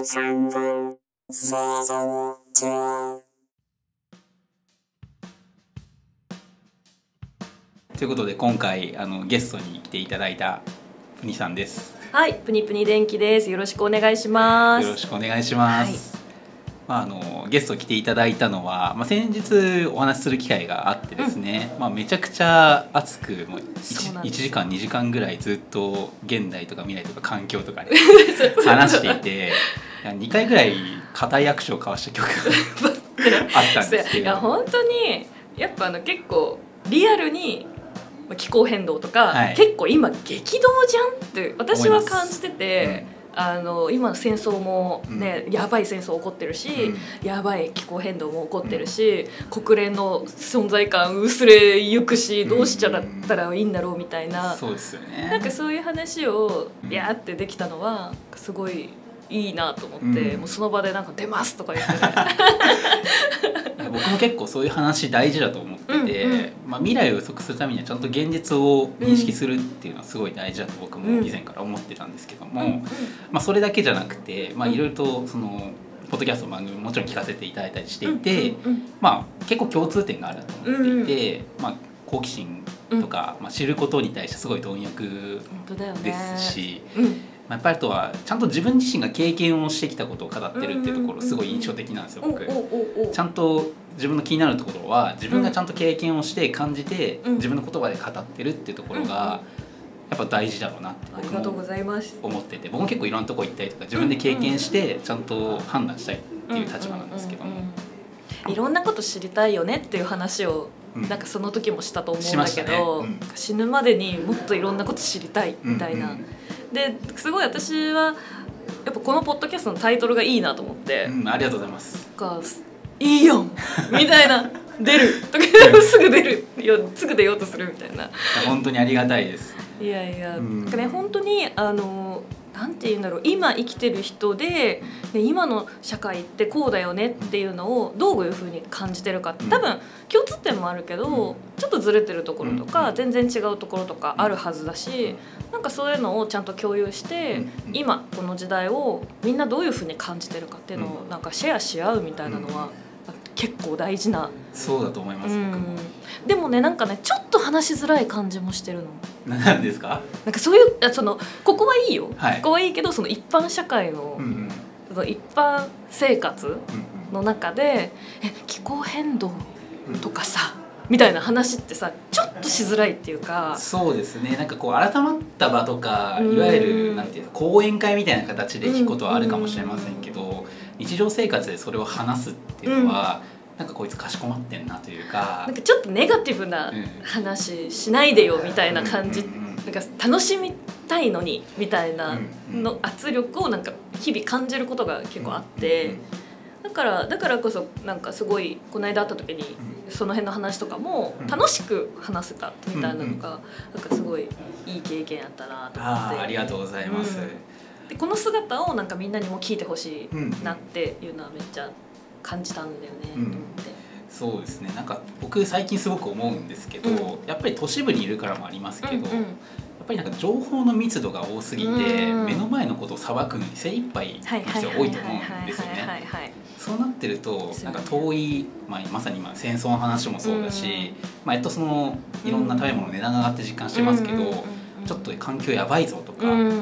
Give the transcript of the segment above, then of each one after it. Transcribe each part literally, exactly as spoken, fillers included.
完全製造中。 ということで今回あのゲストに来ていただいたプニさんです。 はい、プニプニ電気です。よろしくお願いします。 よろしくお願いします。はい、まあ、あのゲスト来ていただいたのは、まあ、先日お話しする機会があってですね、うんまあ、めちゃくちゃ熱くもう 1, いちじかんにじかんぐらいずっと現代とか未来とか環境とかで話していてにかいぐらい固い握手を交わした曲があったんですけど、 いや本当にやっぱあの結構リアルに気候変動とか、はい、結構今激動じゃんって私は感じてて、うん、あの今戦争もね、うん、やばい戦争起こってるし、うん、やばい気候変動も起こってるし、うん、国連の存在感薄れゆくし、どうしちゃったらいいんだろうみたいな、 そうですよね、 なんかそういう話をやーってできたのはすごいいいなと思って、うん、もうその場でなんか出ますとか言ってね僕も結構そういう話大事だと思ってて、うんうんまあ、未来を予測するためにはちゃんと現実を認識するっていうのはすごい大事だと僕も以前から思ってたんですけども、うんまあ、それだけじゃなくていろいろとそのポッドキャストの番組ももちろん聞かせていただいたりしていて、うんうんまあ、結構共通点があると思っていて、うんまあ、好奇心とか、まあ、知ることに対してすごい貪欲ですし、やっぱりあとはちゃんと自分自身が経験をしてきたことを語ってるっていうところすごい印象的なんですよ僕。ちゃんと自分の気になるところは自分がちゃんと経験をして感じて自分の言葉で語ってるっていうところがやっぱ大事だろうなって僕も思ってて、僕も結構いろんなとこ行ったりとか自分で経験してちゃんと判断したいっていう立場なんですけども、 いろんなこと知りたいよねっていう話をなんかその時もしたと思うんだけど、ねうん、死ぬまでにもっといろんなこと知りたいみたいな、うんうんですごい私はやっぱこのポッドキャストのタイトルがいいなと思って、 うん、ありがとうございます。 いいよみたいな出るとかすぐ出るよすぐ出ようとするみたいな、 本当にありがたいです。 いやいや、うん、なんかね本当にあのなんて言うんだろう、今生きてる人で、で今の社会ってこうだよねっていうのをどういう風に感じてるかって多分共通点もあるけどちょっとずれてるところとか全然違うところとかあるはずだし、なんかそういうのをちゃんと共有して今この時代をみんなどういう風に感じてるかっていうのをなんかシェアし合うみたいなのは結構大事な。 そうだと思います、うん、僕も。 でもねなんかねちょっと話しづらい感じもしてるの。 何ですか？ なんかそういうそのここはいいよ、 はい、 ここはいいけどその一般社会の、うんうん、その一般生活の中で、うんうん、え気候変動とかさ、うん、みたいな話ってさちょっとしづらいっていうか。 そうですね、なんかこう改まった場とかいわゆるなんていうの講演会みたいな形で聞くことはあるかもしれませんけど、日常生活でそれを話すっていうのは、うん、なんかこいつかしこまってんなというか、 なんかちょっとネガティブな話しないでよみたいな感じ、うんうんうん、なんか楽しみたいのにみたいなの圧力をなんか日々感じることが結構あって、だからだからこそなんかすごいこの間会った時にその辺の話とかも楽しく話せたみたいなのがなんかすごいいい経験やったなと思って。 あ, ありがとうございます、うん、 でこの姿をなんかみんなにも聞いてほしいなっていうのはめっちゃ感じたんだよね、うん、と思って。 そうですね、なんか僕最近すごく思うんですけど、うん、やっぱり都市部にいるからもありますけど、うんうん、やっぱりなんか情報の密度が多すぎて、うん、目の前のことを裁くのに精一杯の人が多いと思うんですよね。そうなってるとなんか遠い、まあ、まさに今戦争の話もそうだし、うんまあ、やっとそのいろんな食べ物の値段が上がって実感してますけど、うんうんうんうん、ちょっと環境やばいぞとか、うんうんうん、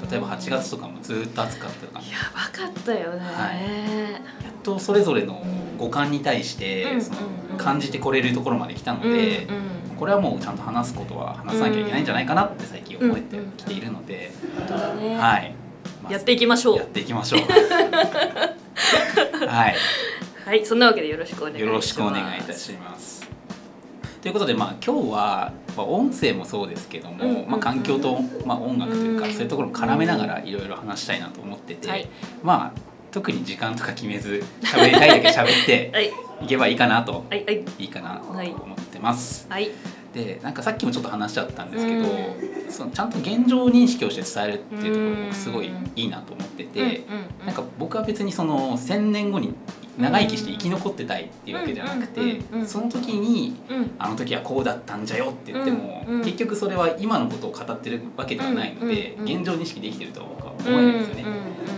例えばはちがつとかもずっと暑かったとか、 やばかったよね、 はい、やっとそれぞれの五感に対してその感じてこれるところまで来たので、うんうん、これはもうちゃんと話すことは話さなきゃいけないんじゃないかなって最近思ってきているので、 うんうんうん、 はいまあ、やっていきましょうやっていきましょうはい、 はい、そんなわけでよろしくお願いします。 よろしくお願いいたします。ということで、まあ、今日は、まあ、音声もそうですけども、うんうんうん、まあ、環境と、まあ、音楽というか、うん、そういうところも絡めながらいろいろ話したいなと思ってて、はい、まあ特に時間とか決めず喋りたいだけ喋っていけばいいかなと、はいはい、いいかなと思ってます、はい、でなんかさっきもちょっと話しちゃったんですけど、うん、そのちゃんと現状認識をして伝えるっていうところ僕すごいいいなと思ってて、うんうんうん、なんか僕は別にそのせんねんごに長生きして生き残ってたいっていうわけじゃなくて、その時にあの時はこうだったんじゃよって言っても結局それは今のことを語ってるわけではないので現状認識できてるとは僕は思えないんですよね。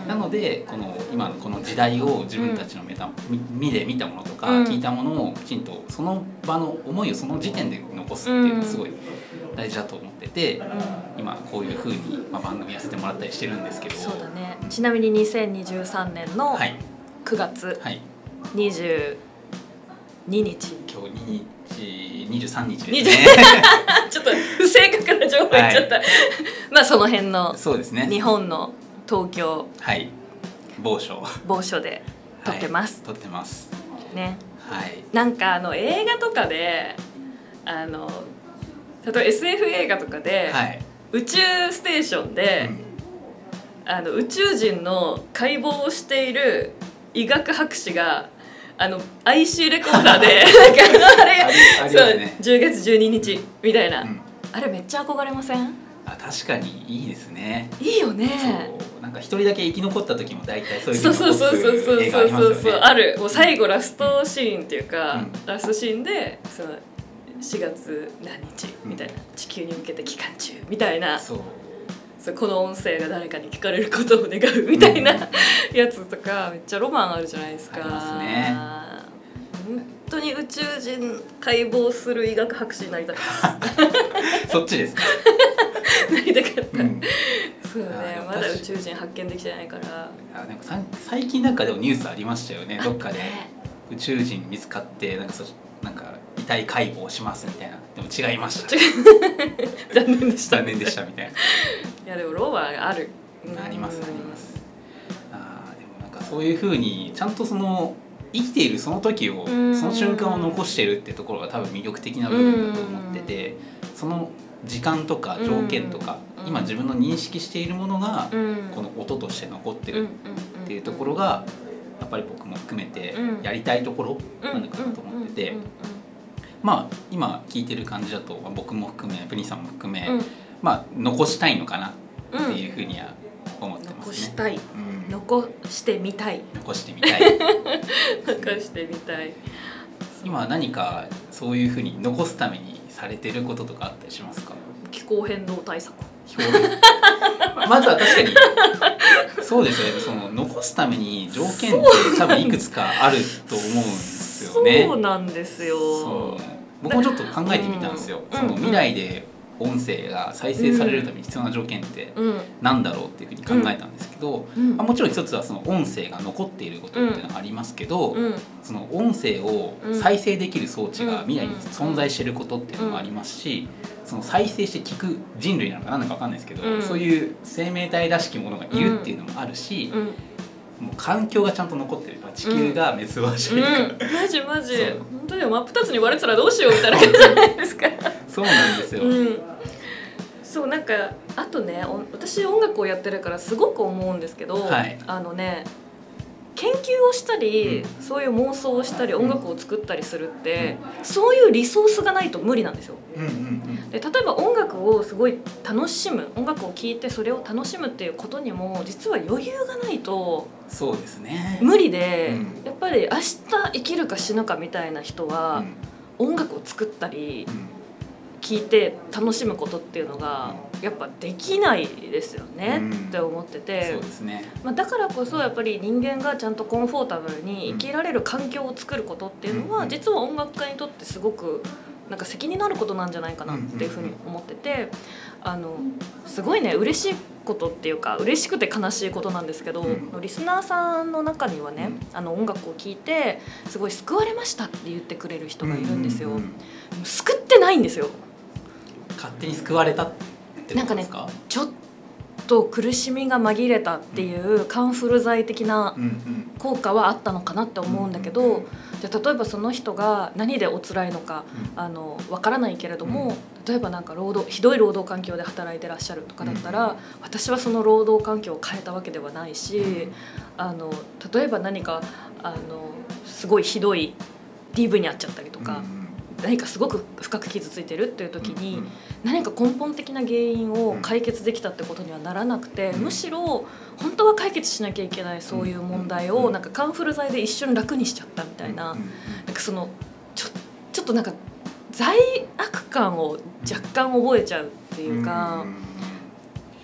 なのでこの今のこの時代を自分たちの目た、み目で見たものとかうん聞いたものをきちんとその場の思いをその時点で残すっていうのがすごい大事だと思ってて、今こういう風にまあ番組やらせてもらったりしてるんですけど。 そうだね。ちなみににせんにじゅうさんねんのはいくがつはいにじゅうににち、 今日にじゅうさんにちにですねちょっと不正確な情報言っちゃった、まあその辺のそうですね日本の東京はい某所某所で撮ってます、 はい、撮ってますね。 はいなんかあの映画とかであの例えば エスエフ 映画とかで、 はい宇宙ステーションで、うん、あの宇宙人の解剖をしている医学博士があの アイシー レコーダーでなんかあれありありそうますねじゅうがつじゅうににちみたいな、 うん、 あれめっちゃ憧れません？ あ確かにいいですね。 いいよね。 そうなんか一人だけ生き残った時も大体そういうそうそうそうそうそう映画ありますよね。 そうある。もう最後ラストシーンっていうか、 うんラストシーンでそのしがつ何日みたいな、地球に向けて期間中みたいな、 そうそうこの音声が誰かに聞かれることを願うみたいな、 うんやつとかめっちゃロマンあるじゃないですか。 ありますね。 本当に宇宙人解剖する医学博士になりたかったそっちですか。 なりたかった、 うんそうだね。 あまだ宇宙人発見できてないからあなんかさ最近なんかでもニュースありましたよね。どっかでね宇宙人見つかってなんかそなんか遺体解剖しますみたいな。でも違いました。 残念でした残念でしたみたいな。 いやでもロマンがある。 ありますあります。あーでもなんかそういう風にちゃんとその生きているその時をそうんの瞬間を残してるってところが多分魅力的な部分だと思ってて、その時間とか条件とかうん今自分の認識しているものがうんこの音として残ってるうんっていうところがやっぱり僕も含めてうんやりたいところなのかなと思ってて、まあ今聞いてる感じだとまあ僕も含めプニさんも含め、 うんまあ残したいのかなうんっていうふうには思ってますね。 残したい、 うん残してみたい残してみたい残してみたい。 今何かそういうふうに残すためにされてることとかあったりしますか？ 気候変動対策。 表現まずは確かにそうですよね。その残すために条件って多分いくつかあると思うんですよね。 そうなんですよ。 そう僕もちょっと考えてみたんですよ、 うんその未来で音声が再生されるために必要な条件ってうん何だろうっていうふうに考えたんですけど、 うんまあ、もちろん一つはその音声が残っていることっていうのはありますけど、 うんその音声を再生できる装置が未来に存在していることっていうのもありますし、その再生して聞く人類なのか何なのか分かんないですけど、 うんそういう生命体らしきものがいるっていうのもあるし、 うんもう環境がちゃんと残ってるから地球が滅亡しているから、 うん、マジマジそう本当に真っ二つに割れてたらどうしようみたいな感じじゃないですかそうなんですよ、 うん、そうなんかあとねお私音楽をやってるからすごく思うんですけど、 はいあのね研究をしたり、 うんそういう妄想をしたりん音楽を作ったりするって、そういうリソースがないと無理なんですよ。 うんうんうんで例えば音楽をすごい楽しむ音楽を聴いてそれを楽しむっていうことにも実は余裕がないとそうですね。 無理で、 うんやっぱり明日生きるか死ぬかみたいな人は、音楽を作ったりうんうん聴いて楽しむことっていうのがやっぱできないですよね、 うんって思っててそう、ですね。 まあ、だからこそやっぱり人間がちゃんとコンフォータブルに生きられる環境を作ることっていうのは、 うん実は音楽家にとってすごくなんか責任のあることなんじゃないかなっていうふうに思ってて、あのすごいね嬉しいことっていうか嬉しくて悲しいことなんですけど、 うんリスナーさんの中にはね、 うんあの音楽を聴いてすごい救われましたって言ってくれる人がいるんですよ。 うううん救ってないんですよ。 勝手に救われたってことですか？ ちょっと苦しみが紛れたっていうカンフル剤的なうんうん効果はあったのかなって思うんだけど、 うんじゃあ例えばその人が何でお辛いのかうんあのわからないけれども、 うん例えばなんか労働ひどい労働環境で働いてらっしゃるとかだったら、私はその労働環境を変えたわけではないし、あの例えば何かあのすごいひどい ディーブイ に遭っちゃったりとか、 うん何かすごく深く傷ついてるっていう時に、 うん何か根本的な原因を解決できたってことにはならなくて、むしろ本当は解決しなきゃいけないそういう問題をなんかカンフル剤で一瞬楽にしちゃったみたいな、 うんうんなんかそのちょちょっとなんか罪悪感を若干覚えちゃうっていうか、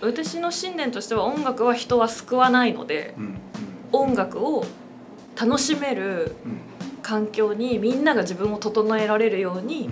私の信念としては音楽は人は救わないので、 うんうん、 音楽を楽しめるうん環境にみんなが自分を整えられるように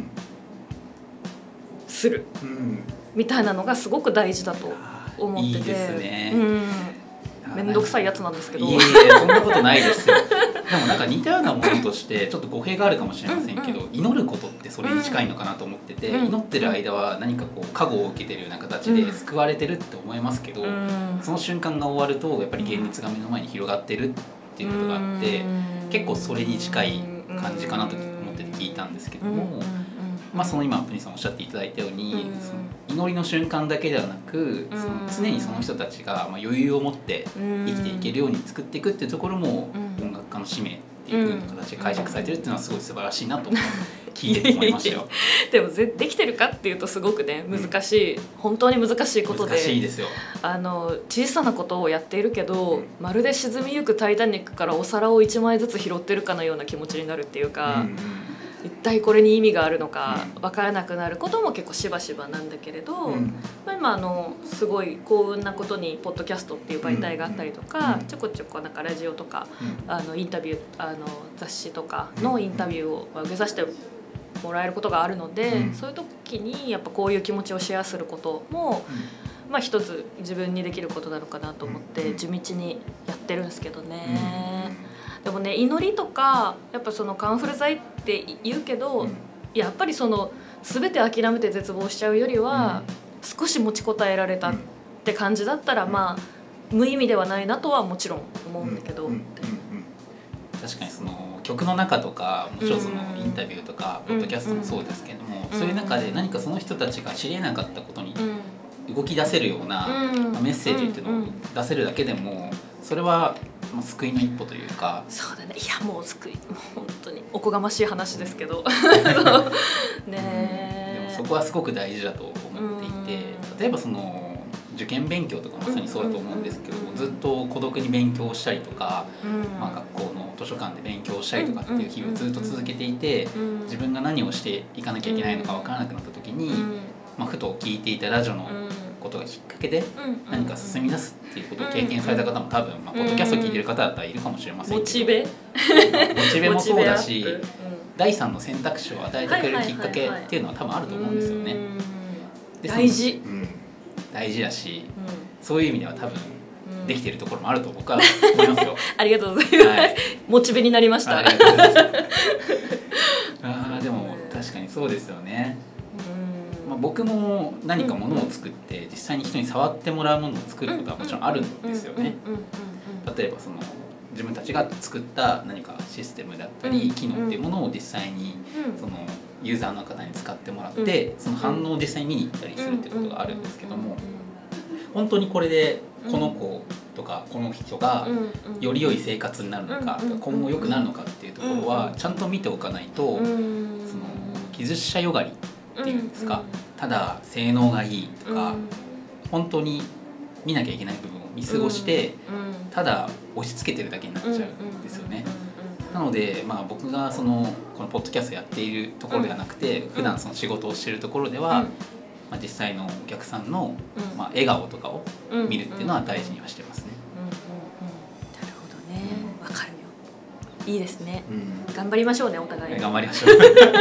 するうんみたいなのがすごく大事だと思ってて、 いいですね、 うんめんどくさいやつなんですけど、 いえいえそんなことないですよでもなんか似たようなものとしてちょっと語弊があるかもしれませんけど、 うんうん、 祈ることってそれに近いのかなと思ってて、 うん、 祈ってる間は何かこう加護を受けてるような形で救われてるって思いますけど、 うん、 その瞬間が終わるとやっぱり現実が目の前に広がってるっていうことがあって、 うん、 結構それに近い感じかなと思ってて聞いたんですけども、 うんうんうん、 まあ、その今プニさんおっしゃっていただいたように、 うん、 その祈りの瞬間だけではなく、 うん、 その常にその人たちがまあ余裕を持って生きていけるように作っていくっていうところも、 うん、 音楽家の使命っていう風な形で解釈されてるっていうのはすごい素晴らしいなと聞いてて思いましたよでもぜできてるかっていうとすごくね難しい、うん、本当に難しいことで、 難しいですよ。あの小さなことをやっているけど、うん、まるで沈みゆくタイタニックからお皿をいちまいずつ拾ってるかのような気持ちになるっていうか、うんうん、一体これに意味があるのか分からなくなることも結構しばしばなんだけれど、うん、まあ、今あのすごい幸運なことにポッドキャストっていう媒体があったりとか、うん、ちょこちょこなんかラジオとか、うん、あのインタビューあの雑誌とかのインタビューを受けさせてもらえることがあるので、うん、そういう時にやっぱこういう気持ちをシェアすることも、うん、まあ一つ自分にできることなのかなと思って地道にやってるんですけどね、うん、でもね祈りとかやっぱそのカンフル剤って言うけど、うん、やっぱりその全て諦めて絶望しちゃうよりは、うん、少し持ちこたえられたって感じだったら、まあ無意味ではないなとはもちろん思うんだけど、うんうんうん、 確かにその曲の中とかもちろんそのインタビューとかポッドキャストもそうですけども、そういう中で何かその人たちが知り得なかったことに動き出せるようなメッセージっていうのを出せるだけでもそれは救いの一歩というか。 そうだね、いやもう救いもう本当におこがましい話ですけどね、 でもそこはすごく大事だと思っていて、例えばその受験勉強とかまさにそうだと思うんですけど、ずっと孤独に勉強したりとか、まあ、学校の図書館で勉強したりとかっていう日をずっと続けていて、自分が何をしていかなきゃいけないのか分からなくなった時に、まあ、ふと聞いていたラジオのことがきっかけで何か進み出すっていうことを経験された方も多分、まあ、ポッドキャストを聞いてる方だったらいるかもしれませんけど、 モチベモチベもそうだし、第三の選択肢を与えてくれるきっかけっていうのは多分あると思うんですよね。で大事、 うん、大事だし、うん、そういう意味では多分できているところもあると僕は思いますよありがとうございます、はい、モチベになりました。 あ, あでも確かにそうですよね。まあ、僕も何かものを作って実際に人に触ってもらうものを作ることはもちろんあるんですよね。例えばその自分たちが作った何かシステムだったり機能っていうものを実際にそのユーザーの方に使ってもらってその反応を実際に見に行ったりするっていうことがあるんですけども、本当にこれでこの子とかこの人がより良い生活になるのか今後良くなるのかっていうところはちゃんと見ておかないと、その技術者よがりっていうんですか、ただ性能がいいとか本当に見なきゃいけない部分を見過ごしてただ押し付けてるだけになっちゃうんですよね。なので、まあ、僕がそのこのポッドキャストやっているところではなくて、普段その仕事をしているところでは、まあ、実際のお客さんの、まあ、笑顔とかを見るっていうのは大事にはしてますね。 なるほどね、わかるよ。いいですね、うん、頑張りましょうねお互い。 頑張りましょう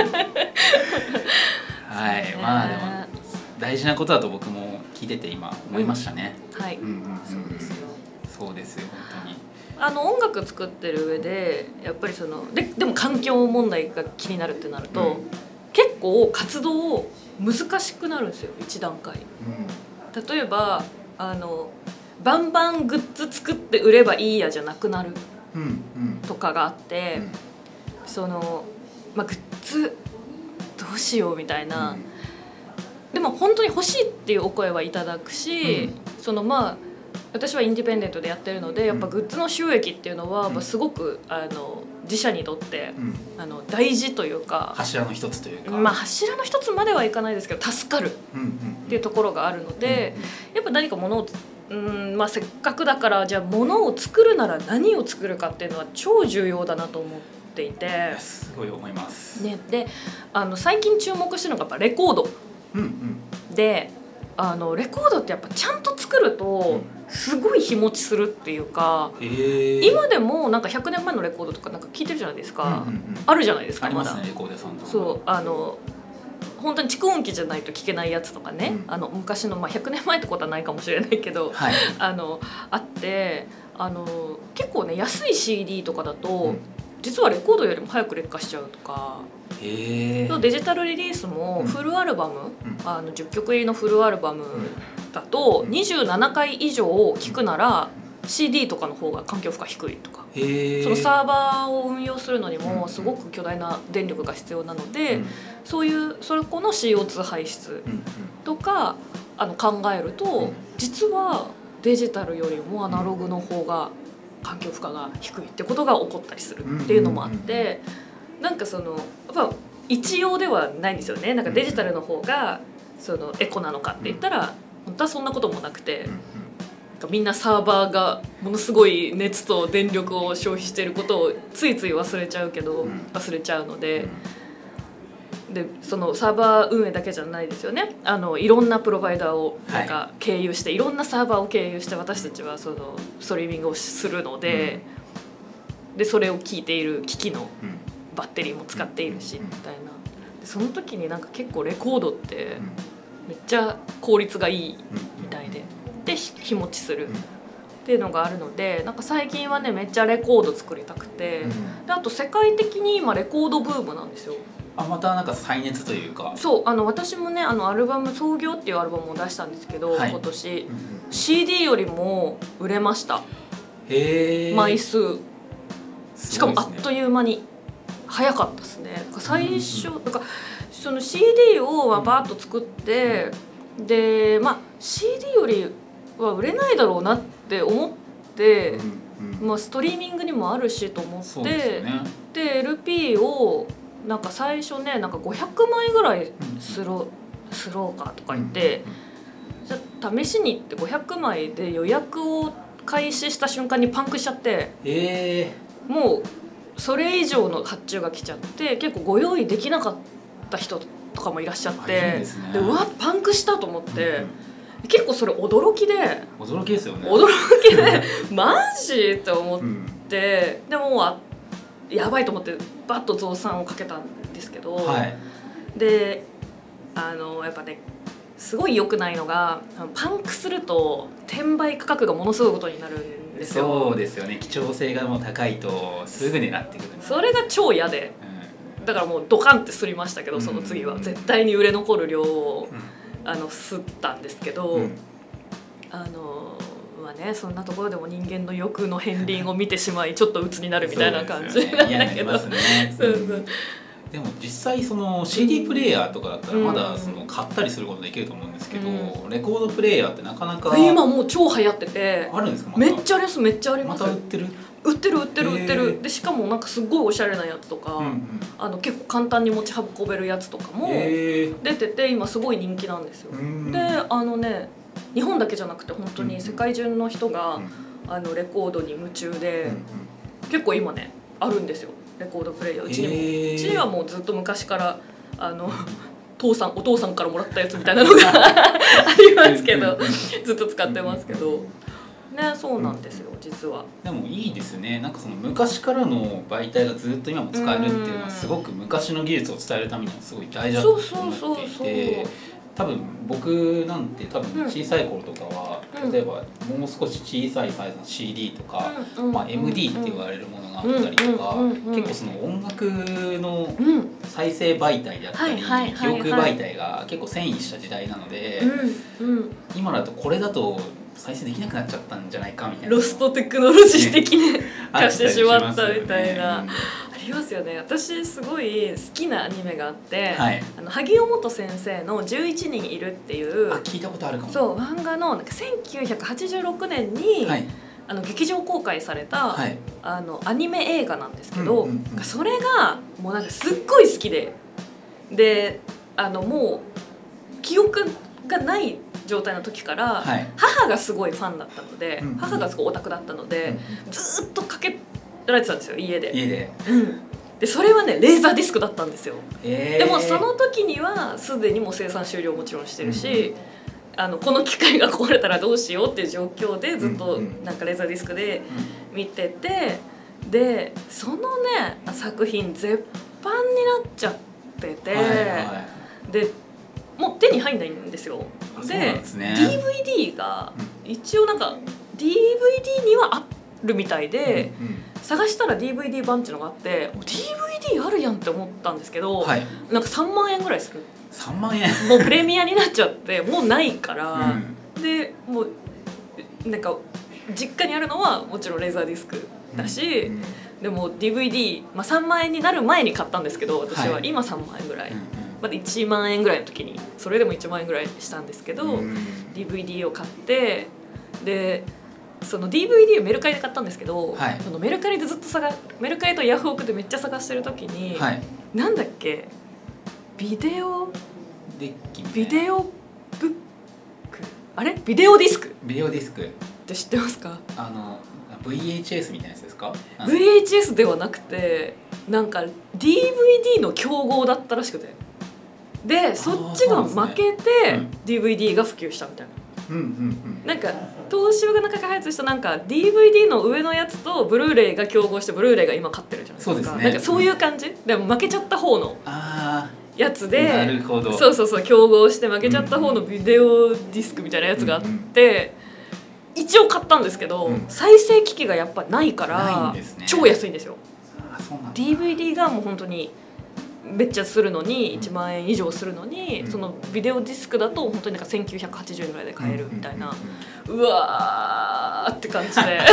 はい、まあでも大事なことだと僕も聞いてて今思いましたね。 うん、はい、うんうんうん、そうですよ。 そうですよ本当に。 あの音楽作ってる上でやっぱりその で, でも環境問題が気になるってなると、うん、結構活動難しくなるんですよ一段階、うん、例えばあのバンバングッズ作って売ればいいやじゃなくなるとかがあって、うんうん、その、まあ、グッズどうしようみたいな、うん、でも本当に欲しいっていうお声はいただくし、うん、そのまあ私はインディペンデントでやってるのでやっぱグッズの収益っていうのはすごくあの自社にとってあの大事というか柱の一つというか、 まあ柱の一つまではいかないですけど助かるっていうところがあるのでやっぱ何か物をうんまあせっかくだからじゃあ物を作るなら何を作るかっていうのは超重要だなと思っていて、 すごい思います、 ね、であの最近注目してるのがやっぱレコードで、 あのレコードってやっぱちゃんと作るとすごい日持ちするっていうか、 えー、 今でもなんかひゃくねんまえのレコードとかなんか聞いてるじゃないですか、 うんうんうん、 あるじゃないですか。 ありますね、 まだレコード屋さんとか。 そうあの本当に蓄音機じゃないと聞けないやつとかね、うん、あの昔の、まあ、ひゃくねんまえってことはないかもしれないけど、 はい、あのあってあの結構ね安い シーディー とかだと、うん、実はレコードよりも早く劣化しちゃうとか。 へー。 デジタルリリースもフルアルバム、うん、あのじゅっきょく入りのフルアルバムだとにじゅうななかい以上聴くなら シーディー とかの方が環境負荷低いとか、 へー、 そのサーバーを運用するのにもすごく巨大な電力が必要なので、うん、そういうそれこの シーオーツー 排出とかあの考えると、実はデジタルよりもアナログの方が環境負荷が低いってことが起こったりするっていうのもあって、なんかそのやっぱ一様ではないんですよね。なんかデジタルの方がそのエコなのかって言ったら本当はそんなこともなくて、みんなサーバーがものすごい熱と電力を消費していることをついつい忘れちゃうけど忘れちゃうので、でそのサーバー運営だけじゃないですよね。あのいろんなプロバイダーをなんか経由して、はい、いろんなサーバーを経由して私たちはそのストリーミングをするので、うん、でそれを聞いている機器のバッテリーも使っているし、うん、みたいな。でその時になんか結構レコードってめっちゃ効率がいいみたいで、で日持ちするっていうのがあるので、なんか最近はねめっちゃレコード作りたくて、であと世界的に今レコードブームなんですよ。 あ、またなんか再熱というか。 そうあの私もねあのアルバム創業っていうアルバムを出したんですけど、はい、今年、うん、シーディー よりも売れました。 へー、 枚数しかもあっという間に早かったですね。最初、うん、だからその シーディー をバーッと作って、うん、でまあ シーディー よりは売れないだろうなって思って、うんうん、まあ、ストリーミングにもあるしと思って、で、ね、で エルピー をなんか最初ねなんかごひゃくまいぐらいスロー、スローかとか言って、じゃあ試しに行ってごひゃくまいで予約を開始した瞬間にパンクしちゃって、 えー、 もうそれ以上の発注が来ちゃって、結構ご用意できなかった人とかもいらっしゃって、いいですね、でうわパンクしたと思って、うん、結構それ驚きで驚きですよね。 驚きでマジって思って、うん、でもあやばいと思ってバッと増産をかけたんですけど、はい、であのやっぱねすごい良くないのがパンクすると転売価格がものすごいことになるんですよ。 そうですよね。貴重性がもう高いとすぐになってくる。 それが超嫌で、うん、だからもうドカンってすりましたけど、その次は絶対に売れ残る量を、うん、あのすったんですけど、うん、あのまあねそんなところでも人間の欲の片鱗を見てしまいちょっと鬱になるみたいな感じなんだけど、そうそう。 でも実際その シーディー プレイヤーとかだったらまだその買ったりすることできると思うんですけど、うん、レコードプレイヤーってなかなか今もう超流行ってて、 あるんですか？ま、 めっちゃありますめっちゃあります。 また売ってる？ 売ってる売ってる売ってる。でしかもなんかすごいおしゃれなやつとか、うんうん、あの結構簡単に持ち運べるやつとかも出てて今すごい人気なんですよ。であのね日本だけじゃなくて本当に世界中の人が、うん、あのレコードに夢中で、うんうん、結構今ねあるんですよ。レコードプレイヤーうちにも、うちにはもうずっと昔からあの父さんお父さんからもらったやつみたいなのがありますけどずっと使ってますけどね。そうなんですよ実は。 でもいいですね。なんかその昔からの媒体がずっと今も使えるっていうのはすごく昔の技術を伝えるためにはすごい大事だと思っていて、多分僕なんて多分小さい頃とかは、うん、例えばもう少し小さいサイズの シーディー とか、うん、まあ、エムディー って言われるものがあったりとか、結構その音楽の再生媒体であったり、記憶媒体が結構遷移した時代なので、うんうん、今だとこれだと再生できなくなっちゃったんじゃないかみたいな、 ロストテクノロジー的に化してしまったみたいな。ありますよね。私すごい好きなアニメがあって、はい、あの萩尾本先生のじゅういちにんいるっていう、 あ、聞いたことあるかも。 そう漫画のなんかせんきゅうひゃくはちじゅうろくねんに、はい、あの劇場公開された、はい、あのアニメ映画なんですけど、うんうんうん、それがもうなんかすっごい好きで、であのもう記憶がない状態の時から、はい、母がすごいファンだったので、うんうん、母がすごいオタクだったので、うん、ずっとかけられてたんですよ家で。 家で、 うん、でそれはねレーザーディスクだったんですよ。でもその時にはすでにもう生産終了もちろんしてるし、 あのこの機械が壊れたらどうしようっていう状況でずっとうんうんなんかレーザーディスクで見てて、でそのね作品絶版になっちゃってて、 はいはい、 でもう手に入んないんですよ。 あそうなんですね。 ディーブイディー が一応なんか ディーブイディー にはあるみたいで、 うんうん、 探したら ディーブイディー 版っていうのがあって、 ディーブイディー あるやんって思ったんですけど、 はい、 なんかさんまんえんぐらいする。 さんまんえんもうプレミアになっちゃってもうないから、 うん、 でもうなんか実家にあるのはもちろんレーザーディスクだし、 うんうん、 でも ディーブイディー、まあ、さんまんえんになる前に買ったんですけど、私ははい今さんまんえんぐらい、 うんうん、 まだいちまんえんぐらいの時にそれでもいちまんえんぐらいしたんですけど、 うん、 ディーブイディー を買ってでその ディーブイディー をメルカリで買ったんですけど、 はい、 そのメルカリでずっと探メルカリとヤフオクでめっちゃ探してる時に、 はい、 なんだっけビデオデッキみたいなビデオブックあれビデオディスクビデオディスクって知ってますか？ あの ブイエイチエス みたいなやつですか？ ブイエイチエス ではなくてなんか ディーブイディー の競合だったらしくて、でそっちが負けて ディーブイディー が普及したみたいな。 うんうんうん、 なんか東芝がなんか開発したなんか ディーブイディー の上のやつとブルーレイが競合してブルーレイが今勝ってるじゃないですか。 そうですね、 なんかそういう感じでも負けちゃった方のやつで、 なるほど、 そうそうそう競合して負けちゃった方のビデオディスクみたいなやつがあって、うんうん、一応買ったんですけど、うん、再生機器がやっぱないから超安いんですよ。 あ、そうなんだ。 ディーブイディー がもう本当にめっちゃするのにいちまんえん以上するのに、うん、そのビデオディスクだと本当になんかせんきゅうひゃくはちじゅうえんぐらいで買えるみたいな、うんうんうん、うわーって感じで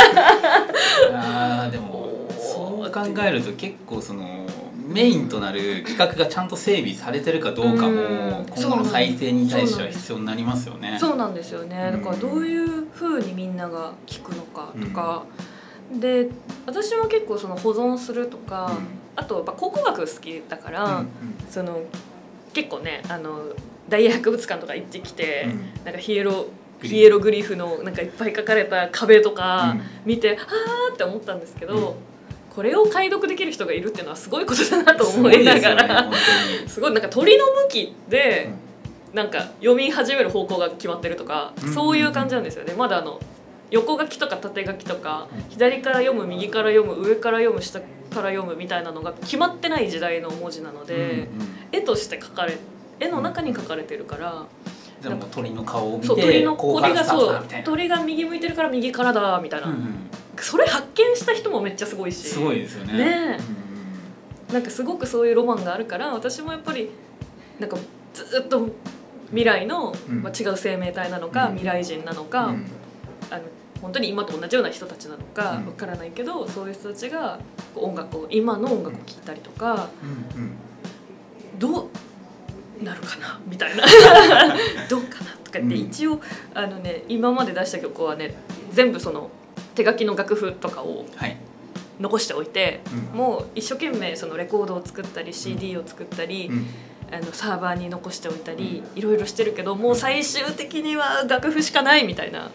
あでもそう考えると結構そのメインとなる企画がちゃんと整備されてるかどうかも今後の再生に対しては必要になりますよね。 そうなんですよね。だからどういう風にみんなが聞くのかとか、うん、で私も結構その保存するとか、うん、あとやっぱ考古学好きだから、うんうん、その結構ねあの大英博物館とか行ってきて、うん、なんかヒエロヒエログリフのなんかいっぱい書かれた壁とか見て、うん、はーって思ったんですけど、うん、これを解読できる人がいるっていうのはすごいことだなと思いながら す, ね、すごいなんか鳥の向きでなんか読み始める方向が決まってるとか、うん、そういう感じなんですよね。まだあの横書きとか縦書きとか左から読む右から読む上から読む下から読むみたいなのが決まってない時代の文字なので、うんうん、絵として書かれ絵の中に書かれてるから、 でも鳥の顔を見てそう鳥のこうからスタートだみたいな、 鳥が右向いてるから右からだみたいな、うんうん、それ発見した人もめっちゃすごいし、 すごいですよね。 ねえ、うん、なんかすごくそういうロマンがあるから私もやっぱりなんかずっと未来の、うんまあ、違う生命体なのか、うん、未来人なのか、うん、あの本当に今と同じような人たちなのかわからないけど、うん、そういう人たちが音楽を今の音楽を聴いたりとか、うんうん、どうなるかなみたいなどうかなとかって一応、うん、あのね今まで出した曲はね全部その手書きの楽譜とかを残しておいて、はい、もう一生懸命そのレコードを作ったり シーディー を作ったり、うん、あのサーバーに残しておいたり、うん、いろいろしてるけどもう最終的には楽譜しかないみたいな、うん、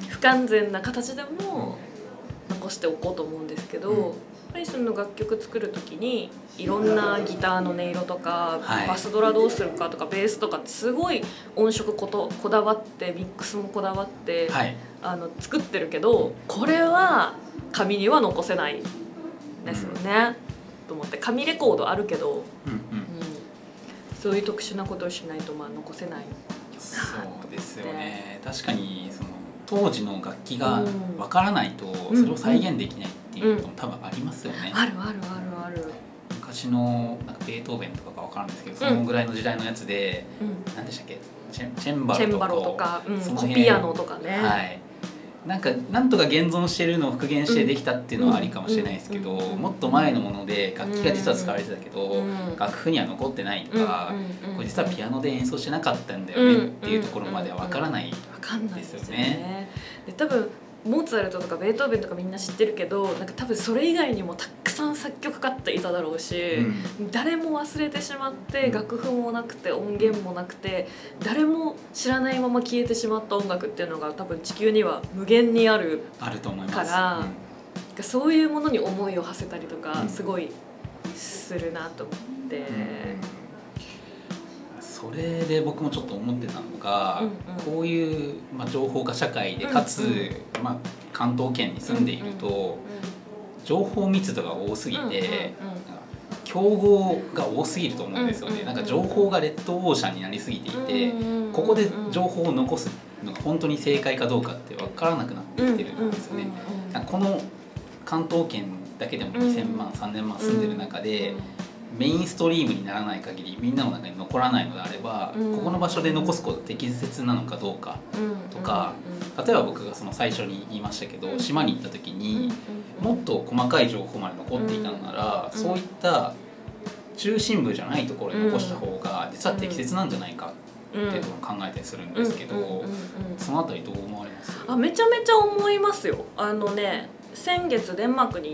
不完全な形でも残しておこうと思うんですけど、うん、やっぱりその楽曲作る時にいろんなギターの音色とか、はい、バスドラどうするかとかベースとかってすごい音色ことこだわってミックスもこだわって、はい、あの作ってるけどこれは紙には残せないですよね、うん、と思って紙レコードあるけど、うんうんうん、そういう特殊なことをしないとまあ残せないよな。 そうですよね。確かにその当時の楽器がわからないとそれを再現できないっていうことも多分ありますよね、うんうん、 あるあるあるある。 昔のなんかベートーベンとかがわからんですけど、そのぐらいの時代のやつで、うん、何でしたっけチェン、チェンバロとか、 チェンバロとか、うん、コピアノとかね、 はい、なんかなんとか現存してるのを復元してできたっていうのはありかもしれないですけど、もっと前のもので楽器が実は使われてたけど、うん、楽譜には残ってないとか、うん、これ実はピアノで演奏してなかったんだよねっていうところまではわからないですよね。 で多分モーツァルトとかベートーベンとかみんな知ってるけどなんか多分それ以外にもたくさん作曲家っていただろうし、うん、誰も忘れてしまって楽譜もなくて音源もなくて誰も知らないまま消えてしまった音楽っていうのが多分地球には無限にあるあると思いますから、うん、そういうものに思いを馳せたりとかすごいするなと思って、 うんうん、そそれで僕もちょっと思ってたのが、 うんうん、 こういう、まあ、情報化社会でかつ、うんうん、まあ、関東圏に住んでいると、うんうん、情報密度が多すぎて、うんうんうん、競合が多すぎると思うんですよね、うんうんうん、なんか情報がレッドオーシャンになりすぎていて、うんうんうん、ここで情報を残すのが本当に正解かどうかって分からなくなってきてるんですよね、うんうんうん、この関東圏だけでもにせんまん、さんぜんまん住んでる中で、メインストリームにならない限りみんなの中に残らないのであれば、うん、ここの場所で残すことが適切なのかどうかとか、うん、例えば僕がその最初に言いましたけど、うん、島に行った時にもっと細かい情報まで残っていたのなら、うん、そういった中心部じゃないところに残した方が実は適切なんじゃないかっていうのを考えたりするんですけど、そのあたりどう思われます？ あ、めちゃめちゃ思いますよ。あのね、先月デンマークに行って、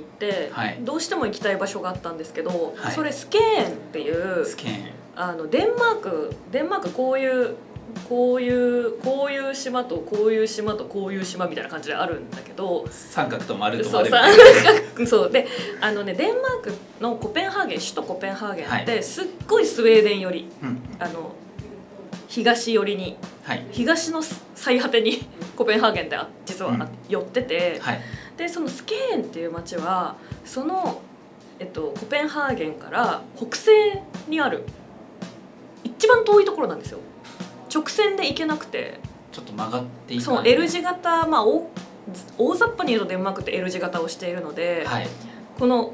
はい、どうしても行きたい場所があったんですけど、はい、それスケーンっていうスケーンあのデンマークデンマークこういうこういうこういう島とこういう島とこういう島みたいな感じであるんだけど、 三角と丸と丸みたいな。そうで、あのね、デンマークのコペンハーゲン首都コペンハーゲンってすっごいスウェーデン寄り、はい、あの東寄りに、はい、東の最果てにコペンハーゲンって実は寄ってて、うん、はい、でそのスケーンっていう街はその、えっと、コペンハーゲンから北西にある一番遠いところなんですよ。直線で行けなくてちょっと曲がっていかない、 そう L 字型、まあ、大, 大雑把に言うとデンマークって L 字型をしているので、はい、この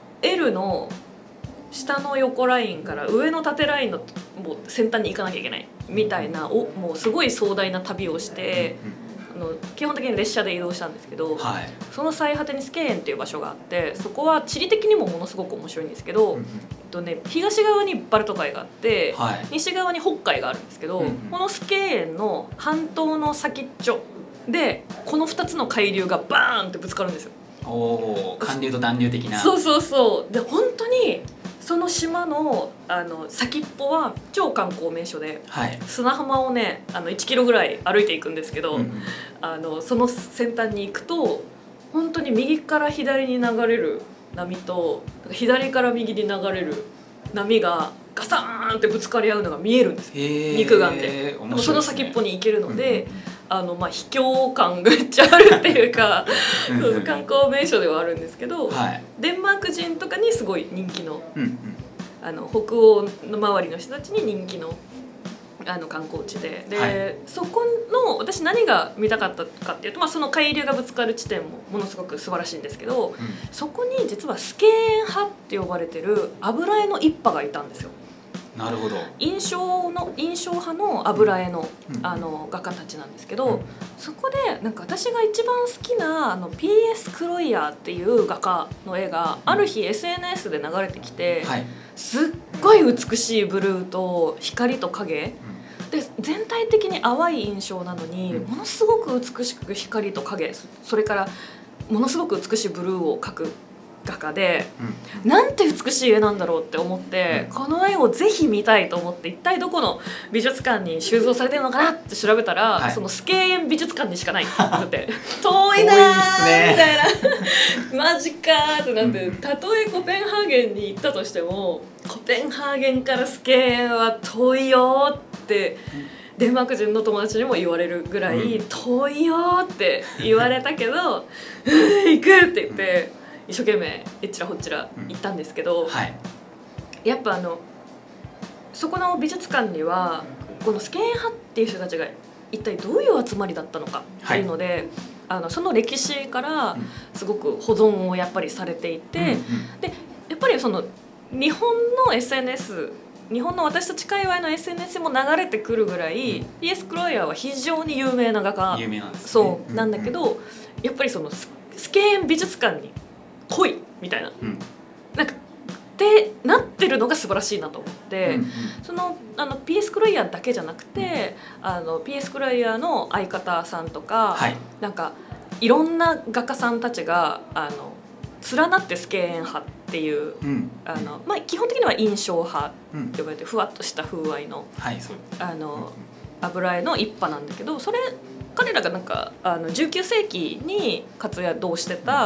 L の下の横ラインから上の縦ラインのもう先端に行かなきゃいけないみたいな、おもうすごい壮大な旅をして、うん、あの基本的に列車で移動したんですけど、はい、その最果てにスケーンっていう場所があって、そこは地理的にもものすごく面白いんですけど、うん、えっとね、東側にバルト海があって、はい、西側に北海があるんですけど、うん、このスケーンの半島の先っちょでこのふたつの海流がバーンってぶつかるんですよ。 おー、寒流と暖流的な。 そうそうそう。で本当にその島 の, あの先っぽは超観光名所で、はい、砂浜をねあのいちキロぐらい歩いていくんですけど、うんうん、あのその先端に行くと本当に右から左に流れる波と左から右に流れる波がガサーンってぶつかり合うのが見えるんですよ、肉眼で。でもその先っぽに行けるので、うんうん、あのまあ秘境感がめっちゃあるっていうかそう観光名所ではあるんですけど、はい、デンマーク人とかにすごい人気の、うんうん、あの北欧の周りの人たちに人気のあの観光地で、で、はい、そこの私何が見たかったかっていうと、まあ、その海流がぶつかる地点もものすごく素晴らしいんですけど、うん、そこに実はスケーン派って呼ばれてる油絵の一派がいたんですよ。 なるほど。 印象の印象派の油絵の、うん、あの画家たちなんですけど、うん、そこでなんか私が一番好きなあの ピーエス クロイヤーっていう画家の絵がある日 エスエヌエス で流れてきて、はい、すっごい美しいブルーと光と影、うん、で全体的に淡い印象なのに、うん、ものすごく美しく光と影、それからものすごく美しいブルーを描く画家で、うん、なんて美しい絵なんだろうって思って、うん、この絵をぜひ見たいと思って一体どこの美術館に収蔵されてるのかなって調べたら、はい、そのスケーン美術館にしかないってなって遠いなーみたいなマジかーってなって、たとえコペンハーゲンに行ったとしてもコペンハーゲンからスケーンは遠いよってデンマーク人の友達にも言われるぐらい、うん、遠いよって言われたけど行くって言って一生懸命えっちらほっちら行ったんですけど、うん、はい、やっぱあのそこの美術館にはこのスケーン派っていう人たちが一体どういう集まりだったのかっていうので、はい、あのその歴史からすごく保存をやっぱりされていて、うんうん、でやっぱりその日本の エスエヌエス、日本の私たち界隈の エスエヌエス も流れてくるぐらい、うん、ピーエス クロイヤーは非常に有名な画家、 有名なんですね、 そうなんだけど、うんうん、やっぱりそのスケーン美術館に来いみたいな、うん、なんかってなってるのが素晴らしいなと思って、うんうん、そのあの ピーエス クロイヤーだけじゃなくて、うん、あの ピーエス クロイヤーの相方さんとか、はい、なんかいろんな画家さんたちがあの連なってスケーン派っていう、うん、あのまあ、基本的には印象派って呼ばれて、ふわっとした風合いの、はい、そうあの油絵の一派なんだけど、それ彼らがなんかあのじゅうきゅうせいきに活動してた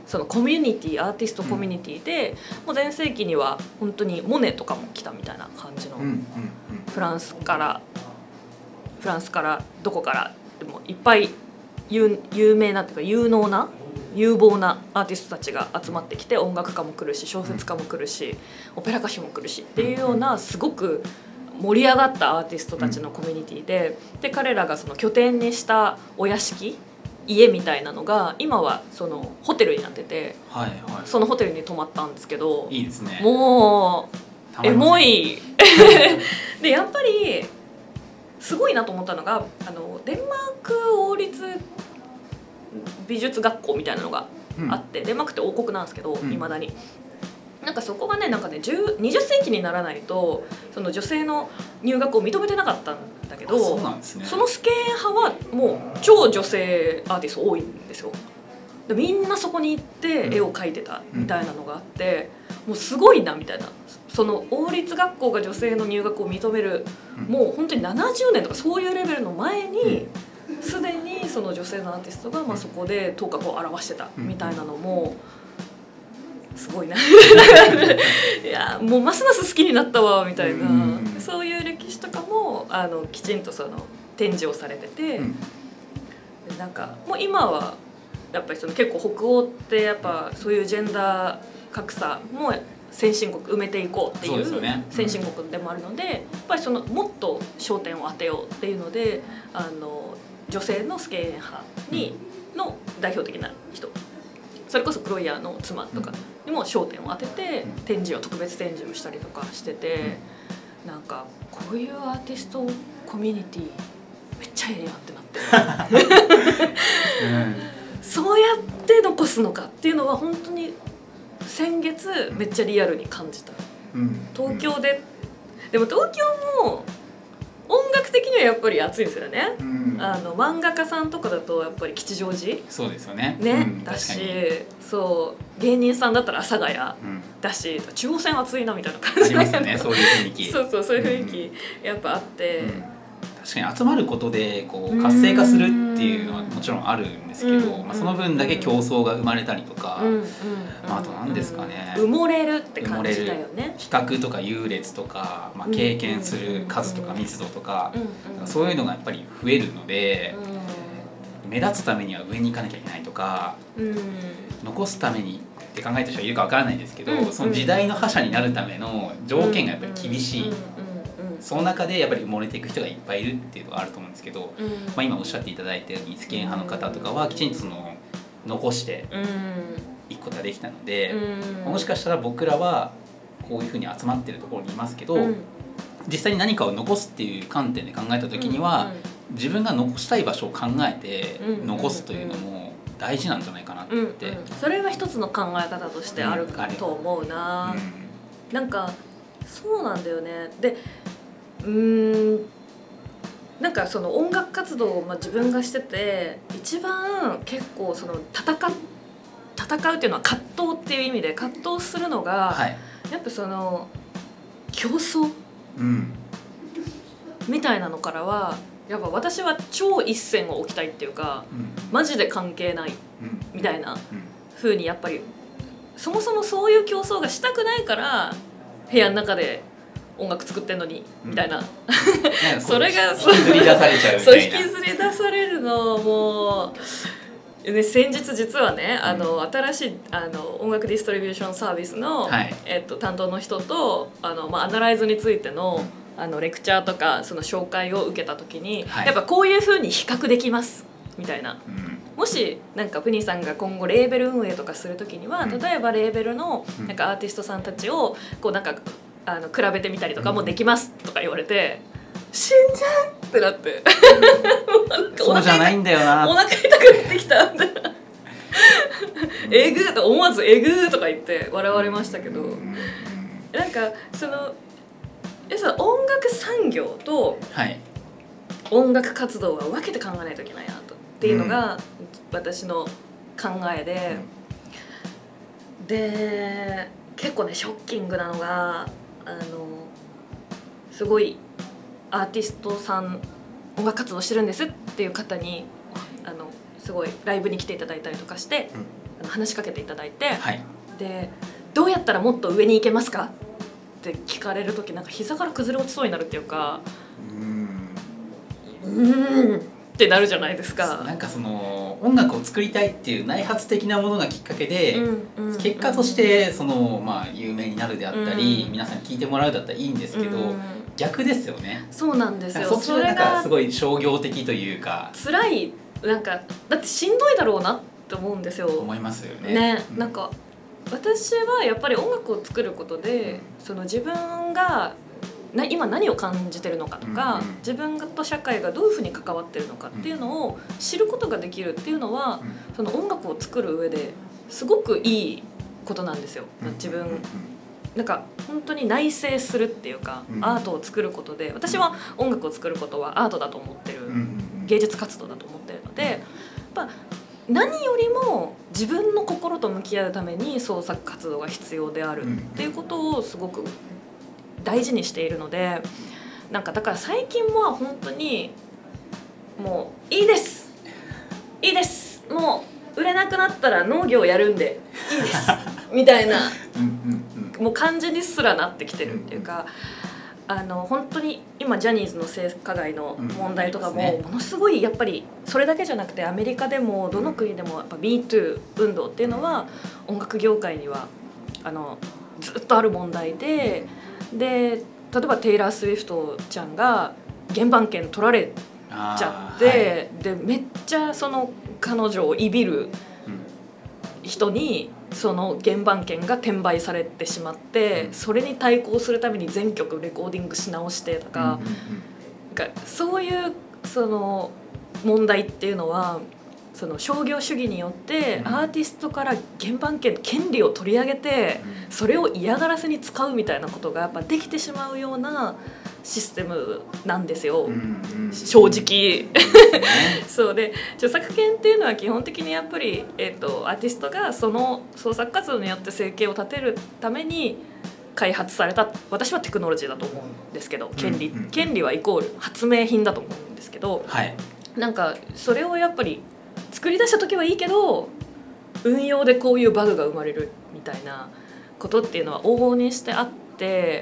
そのコミュニティアーティストコミュニティで、うん、もう全盛期には本当にモネとかも来たみたいな感じの、 うんうんうん、 フランスからフランスからどこからでもいっぱい 有, 有名なっていうか有能な有望なアーティストたちが集まってきて、音楽家も来るし小説家も来るしオペラ歌手も来るしっていうようなすごく盛り上がったアーティストたちのコミュニティで、で彼らがその拠点にしたお屋敷家みたいなのが今はそのホテルになってて、 はいはい、 そのホテルに泊まったんですけど、 いいですね、 もうエモいでやっぱりすごいなと思ったのが、あのデンマーク王立美術学校みたいなのがあって、うん、デンマークって王国なんですけどいま、うん、だになんかそこがね、なんかねにじゅっ世紀にならないとその女性の入学を認めてなかったんだけど、 そうなんですね、 そのスケーン派はもう超女性アーティスト多いんですよ。でみんなそこに行って絵を描いてたみたいなのがあって、うん、もうすごいなみたいな、その王立学校が女性の入学を認める、うん、もう本当にななじゅうねんとかそういうレベルの前にすでにその女性のアーティストがまあそこで頭角を現してたみたいなのもすごいないやもうますます好きになったわみたいな、そういう歴史とかもあのきちんとその展示をされてて、うん、なんかもう今はやっぱりその結構北欧ってやっぱそういうジェンダー格差も先進国埋めていこうっていう先進国でもあるので、やっぱりそのもっと焦点を当てようっていうので、あの女性のスケーン派にの代表的な人、それこそクロイヤーの妻とかにも焦点を当てて展示を特別展示をしたりとかしてて、なんかこういうアーティストコミュニティめっちゃええやんってなって、うん、そうやって残すのかっていうのは本当に先月めっちゃリアルに感じた、うん、東京ででも東京も音楽的にはやっぱり熱いんですよね、うん、あの漫画家さんとかだとやっぱり吉祥寺そうですよね、 ね、 うん、 だしそう芸人さんだったら阿佐ヶ谷だし、うん、中央線熱いなみたいな感じありますよね、そういう雰囲気そうそうそういう雰囲気やっぱあって、うん、 確かに集まることでこう活性化するっていうのはもちろんあるんですけど、まあ、その分だけ競争が生まれたりとか、うんうんまあ、あと何ですかね、 埋もれるって感じだよね。 比較とか優劣とか、まあ、経験する数とか密度とか、うんうん、そういうのがやっぱり増えるので、うん、目立つためには上に行かなきゃいけないとか、うん、残すためにって考えた人がいるかわからないですけど、うん、その時代の覇者になるための条件がやっぱり厳しい、その中でやっぱり埋もれていく人がいっぱいいるっていうのがあると思うんですけど、うんまあ、今おっしゃっていただいたようにスケーン派の方とかはきちんとその残していくことができたので、うん、もしかしたら僕らはこういうふうに集まってるところにいますけど、うん、実際に何かを残すっていう観点で考えた時には、うん、自分が残したい場所を考えて残すというのも大事なんじゃないかなって、うんうん、 それは一つの考え方としてあると思うな、うん、なんかそうなんだよね。でうーんなんかその音楽活動をまあ自分がしてて一番結構その戦っ戦うっていうのは葛藤っていう意味で葛藤するのが、はい、やっぱその競争、うん、みたいなのからはやっぱ私は超一線を置きたいっていうか、うん、マジで関係ないみたいな風にやっぱりそもそもそういう競争がしたくないから部屋の中で音楽作ってんのにみたいな、うん、それが引きずり出されちゃうみたいなそう引きずり出されるのもう、ね、先日実はね、うん、あの新しいあの音楽ディストリビューションサービスの、はいえっと、担当の人とあの、まあ、アナライズについての、うん、あのレクチャーとかその紹介を受けた時に、はい、やっぱこういう風に比較できますみたいな、うん、もしなんかプニーさんが今後レーベル運営とかする時には、うん、例えばレーベルのなんかアーティストさんたちをこうなんかあの比べてみたりとかもできますとか言われて、死んじゃうってなってそうじゃないんだよなお腹痛くなってきたえぐーと思わずえぐーとか言って笑われましたけど、なんかそのえその音楽産業と音楽活動は分けて考えないといけないなとっていうのが私の考えで、で結構ねショッキングなのがあのすごいアーティストさん音楽活動してるんですっていう方にあのすごいライブに来ていただいたりとかして、 話しかけていただいて、 はい、 でどうやったらもっと上に行けますかって聞かれる時なんか膝から崩れ落ちそうになるっていうか、うーんうーんってなるじゃないですか。 なんかその音楽を作りたいっていう内発的なものがきっかけで、 うんうん、 結果としてその、まあ、有名になるであったり、 うん、 皆さんに聞いてもらうだったらいいんですけど、うん、逆ですよね。 そうなんですよ。 そっちがなんかすごい商業的というか辛い、なんかだってしんどいだろうなって思うんですよ。 思いますよね。 ね、 うん、 なんか私はやっぱり音楽を作ることでその自分がな今何を感じてるのかとか、うんうん、自分と社会がどういうふうに関わってるのかっていうのを知ることができるっていうのは、うん、その音楽を作る上ですごくいいことなんですよ。自分なんか本当に内省するっていうか、うん、アートを作ることで、私は音楽を作ることはアートだと思ってる、うん、芸術活動だと思ってるので、やっぱ何よりも自分の心と向き合うために創作活動が必要であるっていうことをすごく大事にしているので、なんかだから最近は本当にもういいですいいですもう売れなくなったら農業やるんでいいですみたいなもう感じにすらなってきてるっていうか、あの本当に今ジャニーズの性加害の問題とかもものすごいやっぱりそれだけじゃなくてアメリカでもどの国でもやっぱ ミートゥー 運動っていうのは音楽業界にはあのずっとある問題で、で例えばテイラー・スウィフトちゃんが原版権取られちゃって、はい、でめっちゃその彼女をいびる人にその原版権が転売されてしまって、うん、それに対抗するために全曲レコーディングし直してとか、うんうんうん、なんかそういうその問題っていうのはその商業主義によってアーティストから原版権の権利を取り上げてそれを嫌がらせに使うみたいなことがやっぱできてしまうようなシステムなんですよ、うんうん、正直そうで著作権っていうのは基本的にやっぱり、えーと、アーティストがその創作活動によって生計を立てるために開発された、私はテクノロジーだと思うんですけど、権利、うんうんうん、権利はイコール発明品だと思うんですけど、はい、なんかそれをやっぱり作り出した時はいいけど運用でこういうバグが生まれるみたいなことっていうのは往々にしてあって、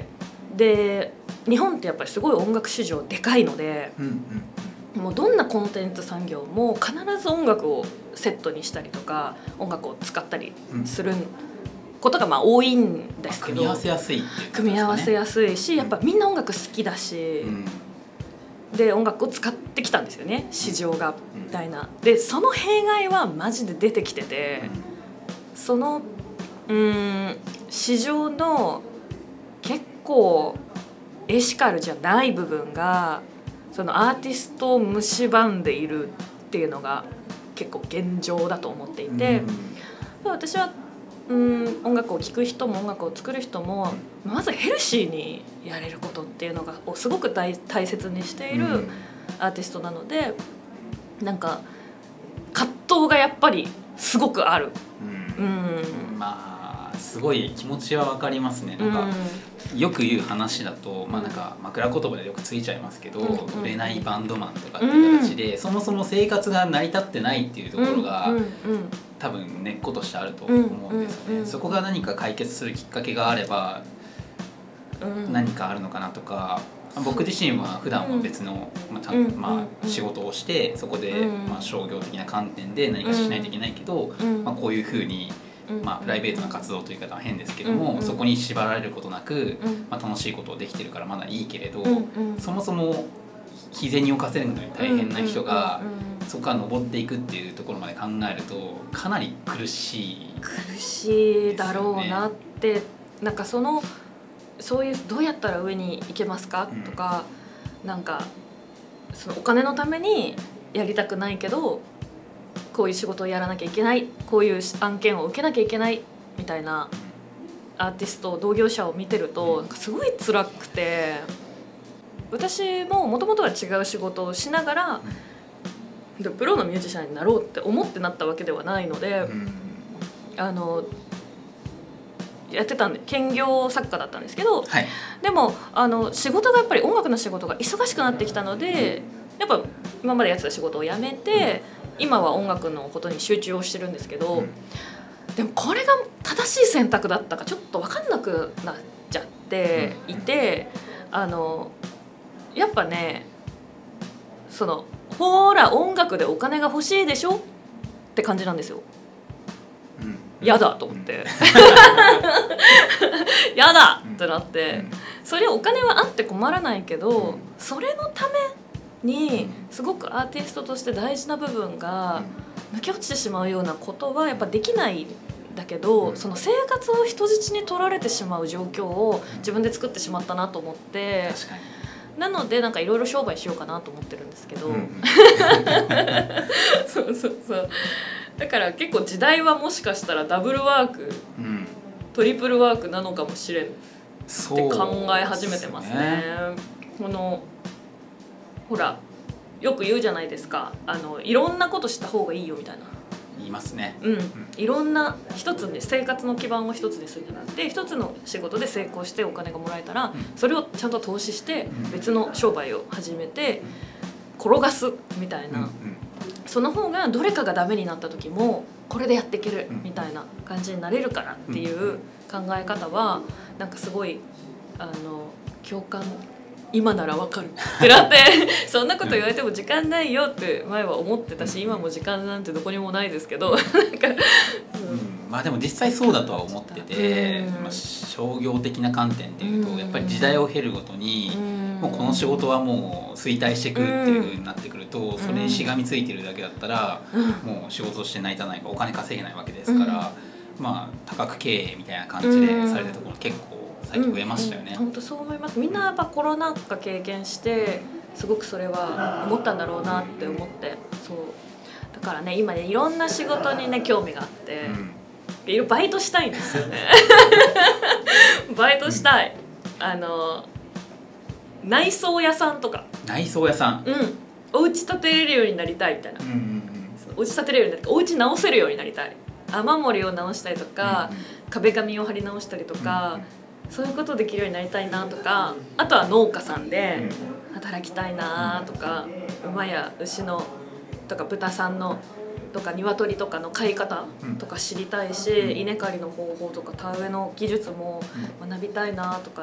で日本ってやっぱりすごい音楽市場でかいので、うんうん、もうどんなコンテンツ産業も必ず音楽をセットにしたりとか音楽を使ったりすることがまあ多いんですけど、 組み合わせやすいっていうことですかね。 組み合わせやすいし、やっぱみんな音楽好きだし、うんで音楽を使ってきたんですよね、市場がみたいな。でその弊害はマジで出てきてて、そのうーん市場の結構エシカルじゃない部分がそのアーティストを蝕んでいるっていうのが結構現状だと思っていて、私はうん音楽を聴く人も音楽を作る人もまずヘルシーにやれることっていうのがをすごく 大, 大切にしているアーティストなので、なんか葛藤がやっぱりすごくある、 うんうん、まあすごい気持ちは分かりますね。なんか、うん、よく言う話だと、まあ、なんか枕言葉でよくついちゃいますけど、うん、売れないバンドマンとかっていう形で、うん、そもそも生活が成り立ってないっていうところが、うんうんうん、多分根っことしてあると思うんですよね、うんうんうん、そこが何か解決するきっかけがあれば何かあるのかなとか、うん、僕自身は普段は別の、まあちゃんまあ、仕事をしてそこで、まあ、商業的な観点で何かしないといけないけど、まあ、こういうふうに、まあ、プライベートな活動という言い方は変ですけども、そこに縛られることなく、まあ、楽しいことをできてるからまだいいけれど、そもそも日銭を稼ぐのに大変な人がそこから登っていくっていうところまで考えるとかなり苦しい苦しいだろうなって、なんかそのそういうどうやったら上に行けますかとか、なんかそのお金のためにやりたくないけどこういう仕事をやらなきゃいけない、こういう案件を受けなきゃいけないみたいなアーティスト同業者を見てるとなんかすごい辛くて、私ももともとは違う仕事をしながらでプロのミュージシャンになろうって思ってなったわけではないので、あのやってたんで兼業作家だったんですけど、はい、でもあの仕事がやっぱり音楽の仕事が忙しくなってきたので、やっぱ今までやってた仕事を辞めて今は音楽のことに集中をしてるんですけど、 でもこれが正しい選択だったかちょっと分かんなくなっちゃっていて、あのやっぱねそのほら音楽でお金が欲しいでしょって感じなんですよ。やだと思ってやだってなって、それお金はあって困らないけど、それのためにすごくアーティストとして大事な部分が抜け落ちてしまうようなことはやっぱできないんだけど、その生活を人質に取られてしまう状況を自分で作ってしまったなと思って、 確かになのでなんかいろいろ商売しようかなと思ってるんですけど、うん、そうそうそうだから結構時代はもしかしたらダブルワーク、うん、トリプルワークなのかもしれんって考え始めてますね。このほらよく言うじゃないですか、あのいろんなことした方がいいよみたいな言いますね。 うん、いろんな一つに生活の基盤を一つにするんじゃなくて、一つの仕事で成功してお金がもらえたら、うん、それをちゃんと投資して別の商売を始めて転がすみたいな、うんうん、その方がどれかがダメになった時もこれでやっていけるみたいな感じになれるからっていう考え方はなんかすごいあの共感、今ならわかるってなってそんなこと言われても時間ないよって前は思ってたし、今も時間なんてどこにもないですけどなんか、うんうん、まあでも実際そうだとは思ってて、うん、まあ、商業的な観点でいうと、うん、やっぱり時代を経るごとに、うん、もうこの仕事はもう衰退してくるっていう風になってくると、うん、それにしがみついてるだけだったら、うん、もう仕事して成り立たないかお金稼げないわけですから、うん、まあ多角経営みたいな感じでされてるところ結構最近増えましたよね。 本当、うんうん、そう思います。みんなやっぱコロナ禍経験してすごくそれは思ったんだろうなって思って、そうだからね今ねいろんな仕事にね興味があって、うん、いろいろバイトしたいんですよねバイトしたい、うん、あの内装屋さんとか内装屋さん、 うん、お家建てれるようになりたいみたいな、うんうんうん、お家建てれるようになりたい、お家直せるようになりたい、雨漏りを直したりとか、うんうん、壁紙を貼り直したりとか、うんうん、そういうことできるようになりたいなとか、あとは農家さんで働きたいなとか、馬や牛のとか豚さんのとか鶏とかの飼い方とか知りたいし、稲刈りの方法とか田植えの技術も学びたいなとかって、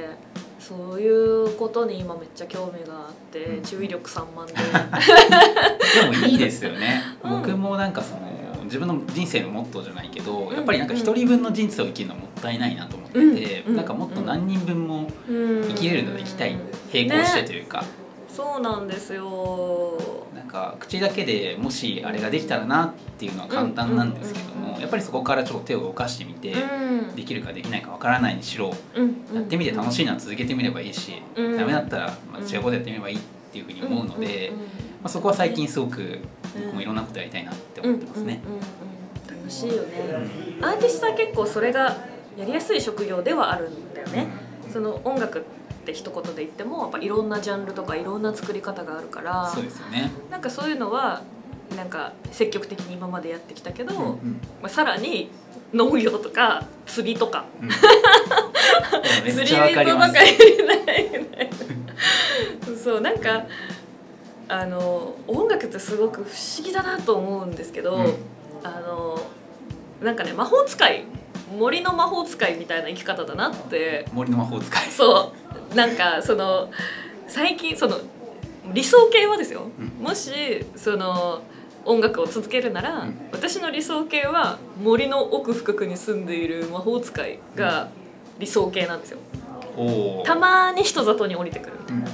そういうことに今めっちゃ興味があって注意力散漫ででもいいですよね、うん、僕もなんかその自分の人生のモットーじゃないけど、やっぱりなんか一人分の人生を生きるのはもったいないなと思ってて、うん、なんかもっと何人分も生きれるなら生きたい、並行してというか、ね、 そうなんですよ。 なんか口だけでもしあれができたらなっていうのは簡単なんですけども、やっぱりそこからちょっと手を動かしてみて、うん、できるかできないかわからないにしろ、うん、やってみて楽しいなら続けてみればいいし、うん、ダメだったらまあ違うことやってみればいいっていうふうに思うので、まあ、そこは最近すごく僕もいろんなことやりたいなって思ってますね。 楽しいよね。アーティストは結構それがやりやすい職業ではあるんだよね。その音楽って一言で言ってもやっぱいろんなジャンルとかいろんな作り方があるから、 そうですよね。なんかそういうのはなんか積極的に今までやってきたけど、うんうん、まあ、さらに農業とか釣りとか、うん、釣り人とかやりないみたいなそうなんかあの音楽ってすごく不思議だなと思うんですけど、うん、あのなんかね魔法使い森の魔法使いみたいな生き方だなって。 森の魔法使い、 そうなんかその最近その理想系はですよ、うん、もしその音楽を続けるなら、うん、私の理想系は森の奥深くに住んでいる魔法使いが理想系なんですよ、うん、たまに人里に降りてくるみたいな、うん、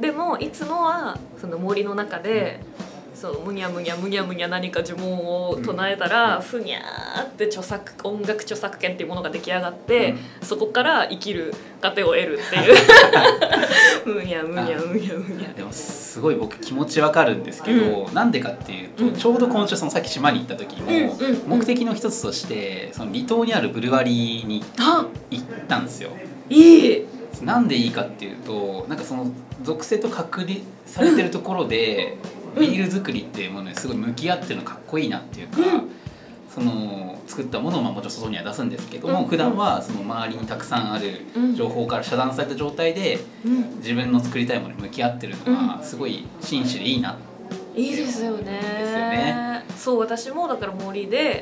でもいつもはその森の中で、うん、そうむにゃむにゃむにゃむにゃ何か呪文を唱えたら、うん、ふにゃーって著作音楽著作権っていうものが出来上がって、うん、そこから生きる糧を得るっていうむにゃむにゃむにゃむにゃ。 でもすごい僕気持ちわかるんですけど、うん、なんでかっていうと、うん、ちょうど今週そのさっき島に行った時も、うん、目的の一つとしてその離島にあるブルワリーに行ったんですよ。 いい。 なんでいいかっていうと、なんかその属性と隔離されてるところでビール作りっていうものにすごい向き合ってるのかっこいいなっていうか、うん、その作ったものをまあもちろん外には出すんですけども、うん、普段はその周りにたくさんある情報から遮断された状態で自分の作りたいものに向き合ってるのはすごい真摯でいいなっていいですよね。ですよね。そう私もだから森で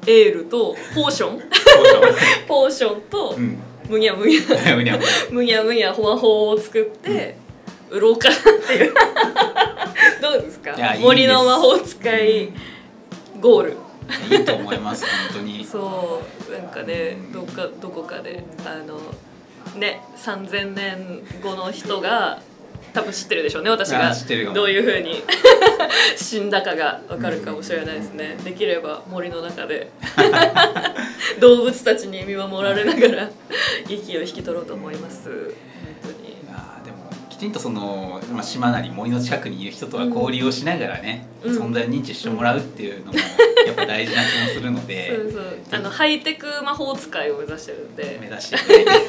エールとポーションポーションとうんむにゃむにゃむにゃむにゃむにゃむにゃほわほを作って売ろうかなっていうどうですか？ いやいいです森の魔法使いゴール。 いいと思います本当に。 そうなんかねどっかどこかであのねさんぜんねんごの人が多分知ってるでしょうね、私があ知ってるよどういう風に死んだかが分かるかもしれないですね。できれば森の中で動物たちに見守られながら息を引き取ろうと思います。本当に。 いやでもきちんとその、まあ、島なり森の近くにいる人とは交流をしながらね、うん、存在を認知してもらうっていうのもやっぱ大事な気もするのでそうそうあのハイテク魔法使いを目指してるんで目指してね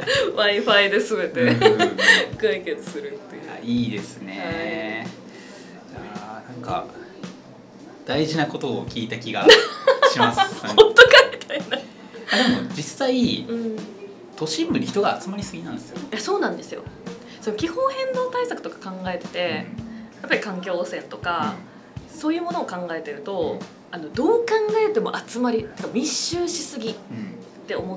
Wi-Fi で全て解決するっていう。 いいですね、はい、あなんか大事なことを聞いた気がします本当かみたいな。 あでも実際、 うん、 都心部に人が集まりすぎなんですよ。 いやそうなんですよ。その気候変動対策とか考えてて、うん、やっぱり環境汚染とか、うん、そういうものを考えてると、うん、あのどう考えても集まりてか密集しすぎって思って、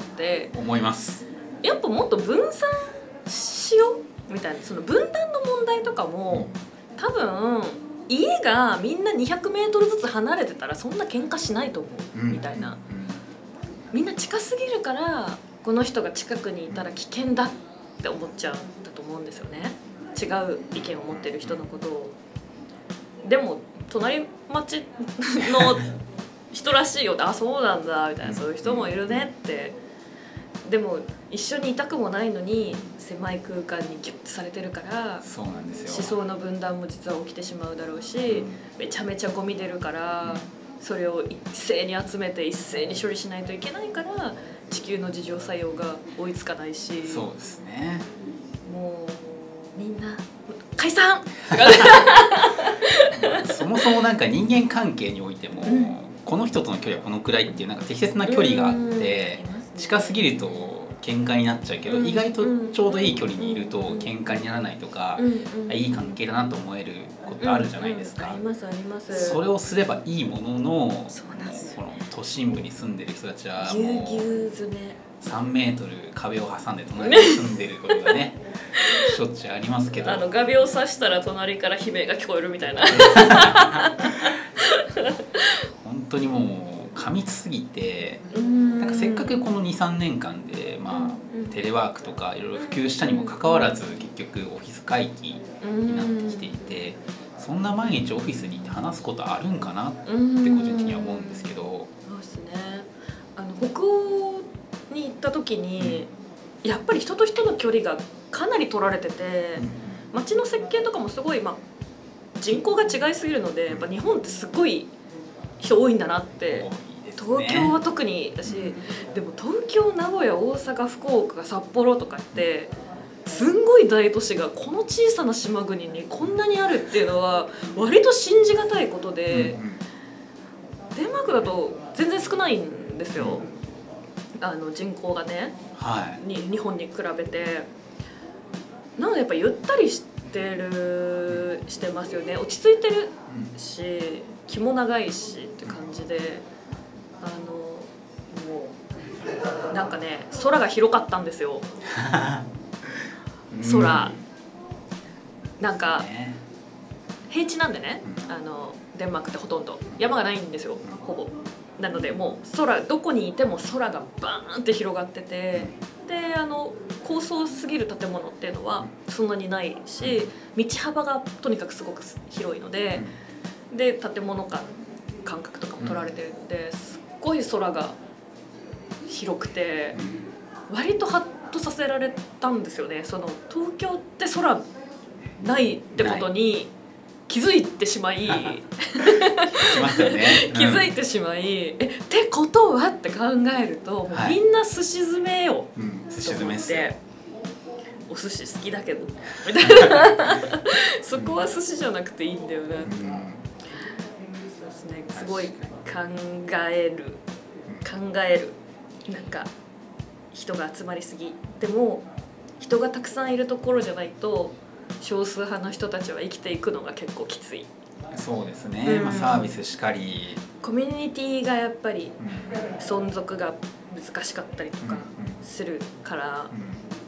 うん、思います。 やっぱもっと分散しようみたいな、その分断の問題とかも、うん、多分家がみんなにひゃくメートルずつ離れてたらそんな喧嘩しないと思う、うん、みたいな、うん、みんな近すぎるからこの人が近くにいたら危険だって思っちゃうんだと思うんですよね。違う意見を持ってる人のことを。でも隣町の人らしいよってあそうなんだみたいな、そういう人もいるねって。でも一緒にいたくもないのに狭い空間にギュッとされてるから、 そうなんですよ。 思想の分断も実は起きてしまうだろうし、うん、めちゃめちゃゴミ出るから、うん、それを一斉に集めて一斉に処理しないといけないから地球の自浄作用が追いつかないし、 そうですね。 もうみんな解散そもそもなんか人間関係においても、うん、この人との距離はこのくらいっていうなんか適切な距離があって、近すぎると喧嘩になっちゃうけど、うん、意外とちょうどいい距離にいると喧嘩にならないとか、うん、いい関係だなと思えることあるじゃないですか、 うんうん、ありますあります。 それをすればいいものの、この都心部に住んでる人たちはもうぎゅうぎゅう詰めさんメートル壁を挟んで隣に住んでることがねしょっちゅうありますけど、 あの画鋲を刺したら隣から悲鳴が聞こえるみたいな本当にもう過密すぎて、なんかせっかくこの にさんねんかんで、まあ、テレワークとかいろいろ普及したにもかかわらず結局オフィス回帰になってきていて、そんな毎日オフィスに行って話すことあるんかなって個人的には思うんですけど。 そうですね。あの北欧に行った時に、うん、やっぱり人と人の距離がかなり取られてて、うん、街の設計とかもすごい、まあ、人口が違いすぎるのでやっぱ日本ってすごい人多いんだなって。東京は特にだし、でも東京、名古屋、大阪、福岡、札幌とかってすんごい大都市がこの小さな島国にこんなにあるっていうのは割と信じがたいことで、デンマークだと全然少ないんですよ、あの人口がね、 はい、 に日本に比べて。なのでやっぱゆったりしてるしてますよね。落ち着いてるし気も長いしって感じで、あのもうなんかね空が広かったんですよ空なんか平地なんでね、あのデンマークってほとんど山がないんですよ、ほぼ。なのでもう空どこにいても空がバーンって広がってて、であの高層すぎる建物っていうのはそんなにないし、道幅がとにかくすごく広いので、で建物間間隔とかも取られてるので、すっごい空が広くて割とハッとさせられたんですよね。その東京って空ないってことに気づいてしまい気づいてしまい、えってことはって考えると、はい、みんな寿司詰めよ、うん、寿司詰めっすよ。お寿司好きだけどみたいなそこは寿司じゃなくていいんだよなって、うん、そうですね、すごい考える考えるなんか人が集まりすぎ、でも人がたくさんいるところじゃないと少数派の人たちは生きていくのが結構きつい。 そうですね、うん、まあ、サービスしかりコミュニティがやっぱりうん存続が難しかったりとかうんうんするからうんなと思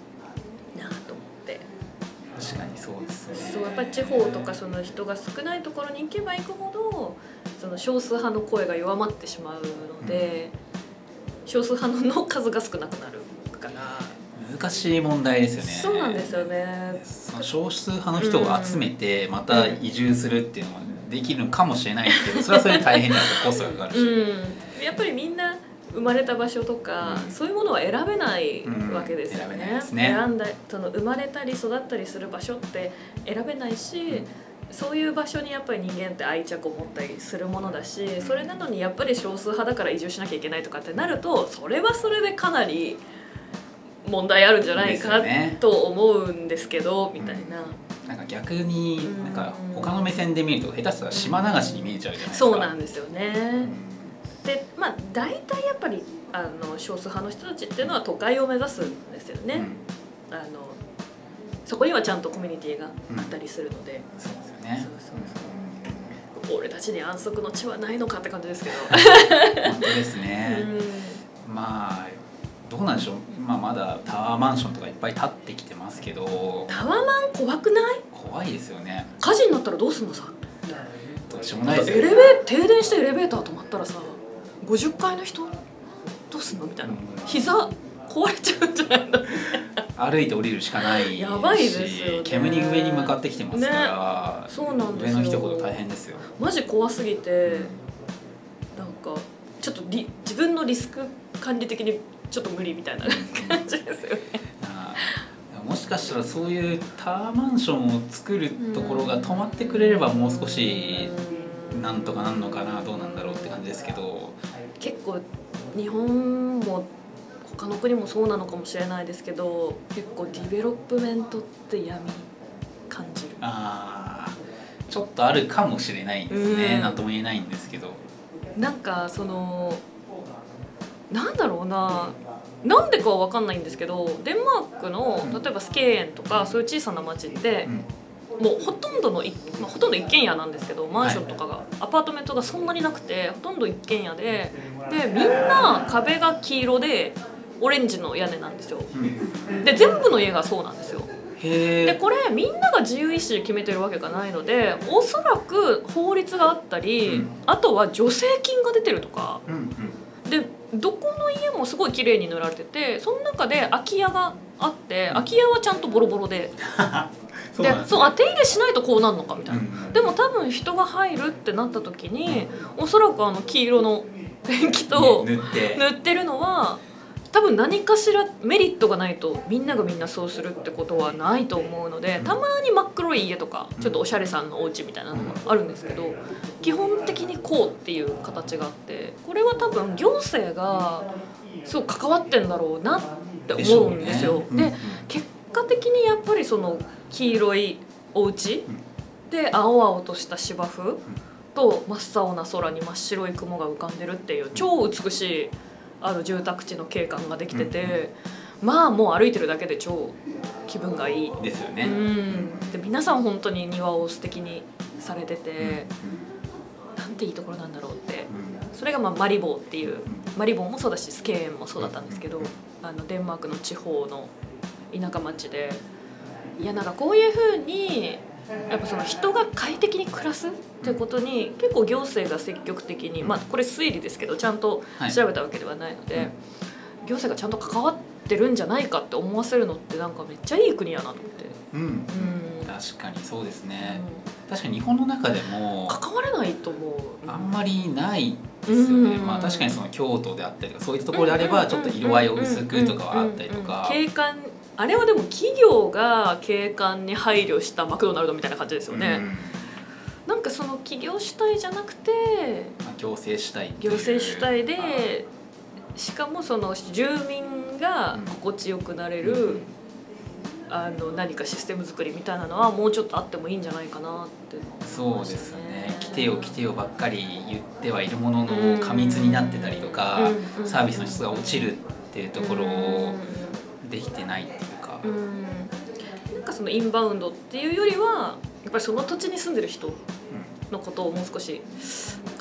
って確かにそうですね。 そうやっぱり地方とかその人が少ないところに行けば行くほどその少数派の声が弱まってしまうので、少数派の数が少なくなるから難しい問題ですよね。 そうなんですよね。 その少数派の人を集めてまた移住するっていうのはできるのかもしれないけど、それはそれで大変ですよ。コストがかかるし、 うん、やっぱりみんな生まれた場所とか、 うんそういうものは選べないわけですよね。 うん選べないですね選んだその生まれたり育ったりする場所って選べないし、 うんそういう場所にやっぱり人間って愛着を持ったりするものだし、それなのにやっぱり少数派だから移住しなきゃいけないとかってなると、それはそれでかなり問題あるんじゃないか、 ですよねと思うんですけどみたいな。 なんか逆にうんなんか他の目線で見ると下手したら島流しに見えちゃうじゃないですか。 そうなんですよね。 うんでまあ大体やっぱりあの少数派の人たちっていうのは都会を目指すんですよね。あのそこにはちゃんとコミュニティがあったりするので、 うんそうですよね。 そうそう俺たちに安息の地はないのかって感じですけど。 うん本当ですね。 うんまあどうなんでしょう。まあまだタワーマンションとかいっぱい建ってきてますけど、 タワマン怖くない？ 怖いですよね。 火事になったらどうすんのさ。 どうしようもないですエレベよね。 ー停電してエレベーター止まったらさ、ごじゅっかいの人どうすんのみたいな。膝壊れちゃうんじゃないの？ 歩いて降りるしかないし、 やばいですよね煙上に向かってきてますから、 そうなんですよ。 上の人ほど大変ですよ。 マジ怖すぎて、なんかちょっとリ自分のリスク管理的にちょっと無理みたいな感じですよね。 あーもしかしたらそういうタワーマンションを作るところが止まってくれればもう少しなんとかなんのかな、どうなんだろうって感じですけど、 結構日本も他の国もそうなのかもしれないですけど、結構ディベロップメントって闇感じる。 あーちょっとあるかもしれないですね。 うんなんとも言えないんですけど、 なんかそのなんだろうな、なんでかは分かんないんですけど、デンマークの例えばスケーエンとかそういう小さな町ってうんもうほとんどのい、まあ、ほとんど一軒家なんですけど、マンションとかが、アパートメントがそんなになくてほとんど一軒家で、でみんな壁が黄色でオレンジの屋根なんですよ。 うんで全部の家がそうなんですよ。 へーでこれみんなが自由意志で決めてるわけがないので、おそらく法律があったり、 うんあとは助成金が出てるとかうんうんで、どこの家もすごい綺麗に塗られてて、その中で空き家があって、空き家はちゃんとボロボロで、 そうなんですねそうあ手入れしないとこうなるのかみたいな、 うんうんでも多分人が入るってなった時に、おそらくあの黄色のペンキとね塗って塗ってるのは多分何かしらメリットがないとみんながみんなそうするってことはないと思うので、たまに真っ黒い家とかちょっとおしゃれさんのお家みたいなのがあるんですけど、基本的にこうっていう形があって、これは多分行政がすごく関わってんだろうなって思うんですよ。 でしょうねで結果的にやっぱりその黄色いお家で青々とした芝生と真っ青な空に真っ白い雲が浮かんでるっていう超美しいあの住宅地の景観ができてて、まあもう歩いてるだけで超気分がいい。うですよね。 んで皆さん本当に庭を素敵にされてて、なんていいところなんだろうって。それがまあマリボーっていう、マリボーもそうだしスケーンもそうだったんですけど、あのデンマークの地方の田舎町で、いやなんかこういう風にやっぱその人が快適に暮らすってことに結構行政が積極的に、まあこれ推理ですけどちゃんと調べたわけではないので、 はい行政がちゃんと関わってるんじゃないかって思わせるのってなんかめっちゃいい国やなと思って。 うん、 うん確かにそうですね。 う確かに日本の中でもん関われないと思う。 あんまりないですよね。 うんまあ確かにその京都であったりとかそういったところであればちょっと色合いを薄くとかはあったりとか。 景観あれはでも企業が景観に配慮したマクドナルドみたいな感じですよね。 うんなんかその企業主体じゃなくてまあ行政主体っていう行政主体で、しかもその住民が心地よくなれる、あの何かシステム作りみたいなのはもうちょっとあってもいいんじゃないかなって思いましたね。 そうですね。来てよ来てよばっかり言ってはいるものの過密になってたりとか、 うんサービスの質が落ちるっていうところをできてないっていうか。 うんなんかそのインバウンドっていうよりはやっぱりその土地に住んでる人のことをもう少し考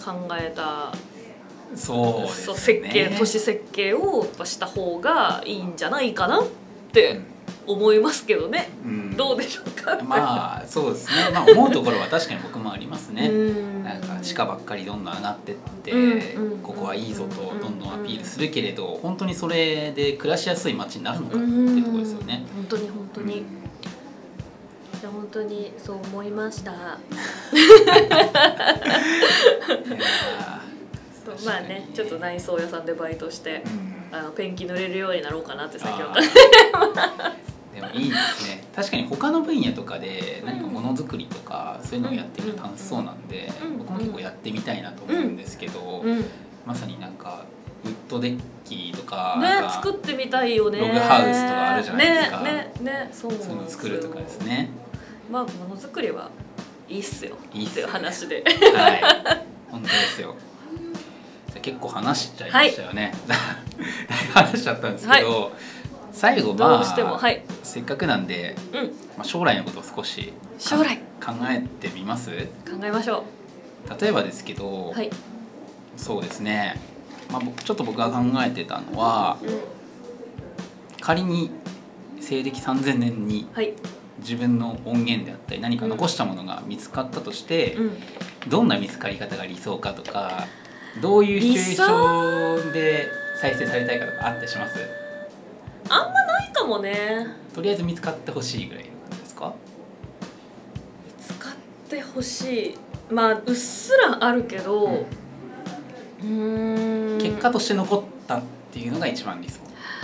考えたそうですね、 そう設計都市設計をやっぱした方がいいんじゃないかなって思いますけどね、 うん、 どうでしょうか。 まあそうですね、まあ、思うところは確かに僕もありますね。 うんなんか地価ばっかりどんどん上がってって、 うん、 ここはいいぞとどんどんアピールするけれど、本当にそれで暮らしやすい街になるのかっていうところですよね。 本当に本当に、うん、いや本当にそう思いました。そうまあね、ちょっと内装屋さんでバイトして、うん、あのペンキ塗れるようになろうかなって最近は考えてます。 でもいいですね。確かに他の分野とかで何かものづくりとかそういうのをやってみると楽しそうなんで、僕も結構やってみたいなと思うんですけど、 うんうん、 まさになんかウッドデッキとか、 ね、作ってみたいよね。 ログハウスとかあるじゃないですか。 ねねね、そうなんですよ。 そういうの作るとかですね。 まあものづくりはいいっすよ。 いいっすよっていう話で。 はい。本当ですよ。結構話しちゃいましたよね。はい、話しちゃったんですけど、はい、最後まあ、はい、せっかくなんで、うん、まあ、将来のことを少し将来考えてみます？考えましょう。例えばですけど、はい、そうですね、まあ、ちょっと僕が考えてたのは、うん、仮に西暦さんぜんねんに自分の音源であったり何か残したものが見つかったとして、うん、どんな見つかり方が理想かとか、どういうシチュエーションで再生されたいかとかあったりします？ あんまないかもね。 とりあえず見つかってほしいぐらいの感じですか？ 見つかってほしい、まあうっすらあるけど、うん、うーん結果として残ったっていうのが一番理想。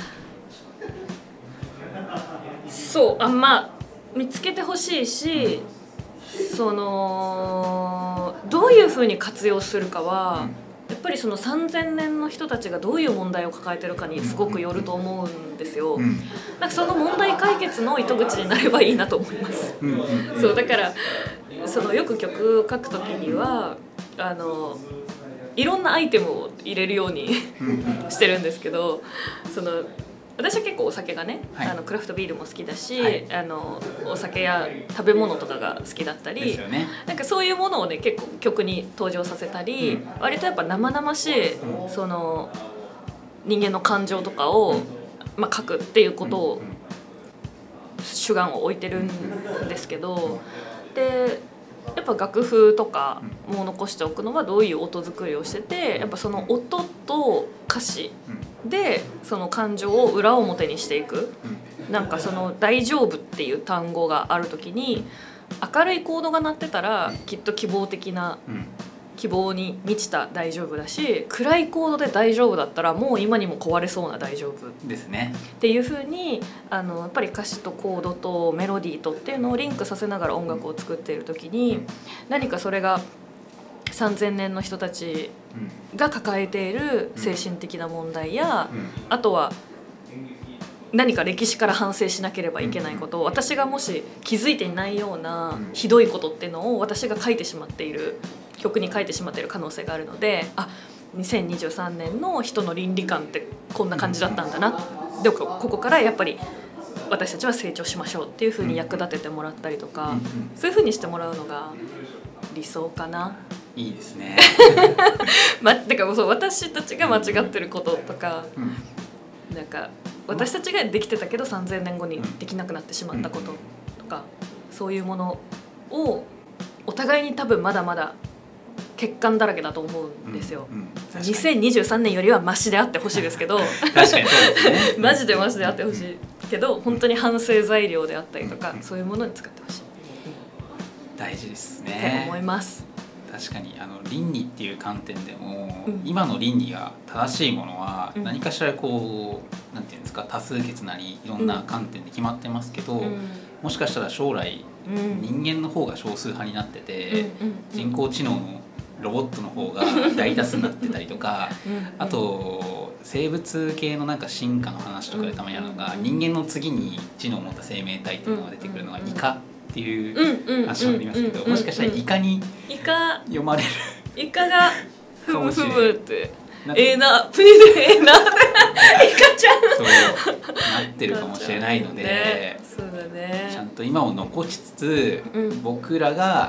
そう、あ、まあ見つけてほしいし、うん、そのどういうふうに活用するかは、うん、やっぱりそのさんぜんねんの人たちがどういう問題を抱えてるかにすごくよると思うんですよ、うん、なんかその問題解決の糸口になればいいなと思います、うん、そうだからそのよく曲を書くときにはあのいろんなアイテムを入れるようにしてるんですけど、その私は結構お酒がね、はい、あのクラフトビールも好きだし、はい、あのお酒や食べ物とかが好きだったり、ね、なんかそういうものをね結構曲に登場させたり、うん、割とやっぱ生々しい、うん、その人間の感情とかを、うん、まあ、書くっていうことを、うん、主眼を置いてるんですけど、でやっぱ楽譜とかも残しておくのはどういう音作りをしてて、やっぱその音と歌詞でその感情を裏表にしていく、なんかその大丈夫っていう単語がある時に明るいコードが鳴ってたらきっと希望的な希望に満ちた大丈夫だし、暗いコードで大丈夫だったらもう今にも壊れそうな大丈夫ですねっていう風に、あのやっぱり歌詞とコードとメロディーとっていうのをリンクさせながら音楽を作っている時に、何かそれがさんぜんねんの人たちが抱えている精神的な問題や、あとは何か歴史から反省しなければいけないことを、私がもし気づいていないようなひどいことっていうのを私が書いてしまっている、曲に書いてしまっている可能性があるので、あ、にせんにじゅうさんねんの人の倫理観ってこんな感じだったんだな、でここからやっぱり私たちは成長しましょうっていう風に役立ててもらったりとか、そういう風にしてもらうのが理想かな。 いいですねま、てかそう、私たちが間違ってることとか、うん、なんか私たちができてたけどさんぜんねんごにできなくなってしまったこととか、そういうものをお互いに多分まだまだ欠陥だらけだと思うんですよ、うんうん、にせんにじゅうさんねんよりはマシであってほしいですけど確かにそうですねマジでマジであってほしいけど、本当に反省材料であったりとか、うん、そういうものに使ってほしい、 うん、大事ですねって思います。 確かにあの倫理っていう観点でも、うん、今の倫理が正しいものは何かしらこう、なんていうんですか、多数決なりいろんな観点で決まってますけど、うん、もしかしたら将来、うん、人間の方が少数派になってて、うん、人工知能のロボットの方が大多数になってたりとかあと生物系のなんか進化の話とかでたまにあるのが、人間の次に知能を持った生命体っていうのが出てくるのがイカっていう話もありますけど、もしかしたらイカに読まれるイカがふむふむってええなプニでええなイカちゃんそうなってるかもしれないので、 ね、そうだね、 ちゃんと今を残しつつ、うん、僕らが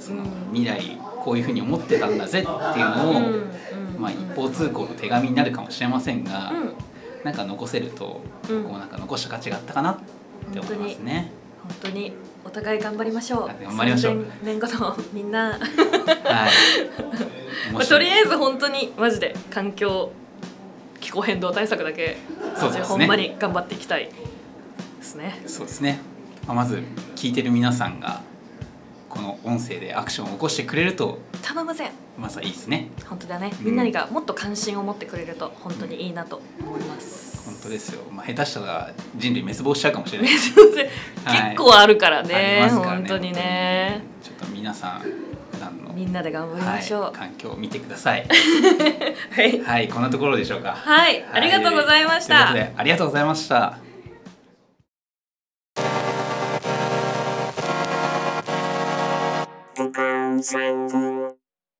その未来こういうふうに思ってたんだぜっていうのを、 うんうんまあ、一方通行の手紙になるかもしれませんが、 うん、 なんか残せると、 うんこうなんか残した価値があったかなって思いますね。 本当にお互い頑張りましょう。 頑張りましょう。 さんぜんねんごのみんな、 はいまあ、とりあえず本当にマジで環境気候変動対策だけそうですね、 ほんまに頑張っていきたいですね。 そうですね、まあ、まず聞いてる皆さんがこの音声でアクションを起こしてくれると頼むぜ。 まずはいいですね。 本当だね、 うんみんながもっと関心を持ってくれると本当にいいなと思います、 本当ですよ、まあ、下手したら人類滅亡しちゃうかもしれないすいませんはい結構あるからあね、 りますからね本当にね。 ちょっと皆さん普段のみんなで頑張りましょう。 はい、環境を見てくださいはい、 はい、こんなところでしょうか。 はい、ありがとうございました。 ということでありがとうございました。 五感三分。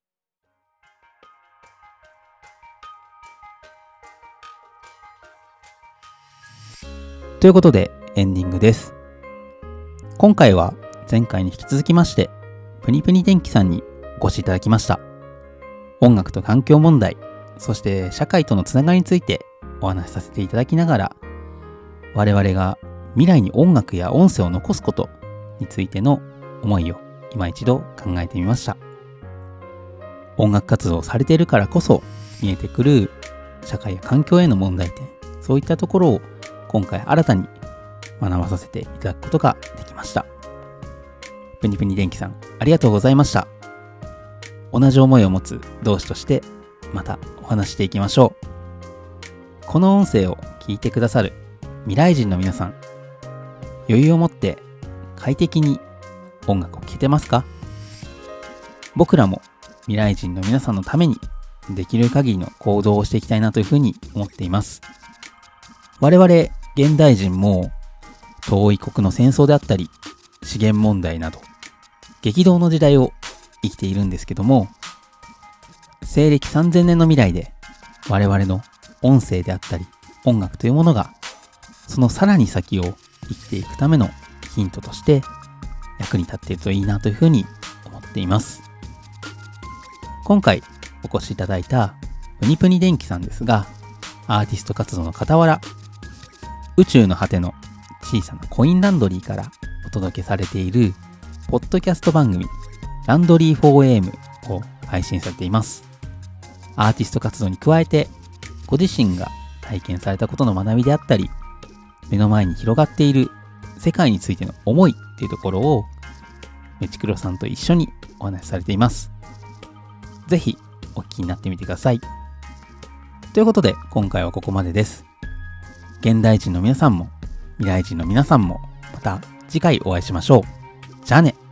ということでエンディングです。今回は前回に引き続きましてプニプニ電気さんにお越しいただきました。音楽と環境問題、そして社会とのつながりについてお話しさせていただきながら、我々が未来に音楽や音声を残すことについての思いを今一度考えてみました。音楽活動をされているからこそ見えてくる社会や環境への問題点、そういったところを今回新たに学ばさせていただくことができました。プニプニ電気さん、ありがとうございました。同じ思いを持つ同志としてまたお話していきましょう。この音声を聞いてくださる未来人の皆さん、余裕を持って快適に音楽を聴けてますか？僕らも未来人の皆さんのためにできる限りの行動をしていきたいなというふうに思っています。我々現代人も遠い国の戦争であったり資源問題など激動の時代を生きているんですけども、西暦さんぜんねんの未来で我々の音声であったり音楽というものがそのさらに先を生きていくためのヒントとして役に立っているといいなというふうに思っています。今回お越しいただいたプニプニ電気さんですが、アーティスト活動の傍ら宇宙の果ての小さなコインランドリーからお届けされているポッドキャスト番組ランドリー フォーエーエム を配信されています。アーティスト活動に加えてご自身が体験されたことの学びであったり、目の前に広がっている世界についての思いっていうところをメチクロさんと一緒にお話しされています。ぜひお聞きになってみてください。ということで今回はここまでです。現代人の皆さんも未来人の皆さんもまた次回お会いしましょう。じゃあね。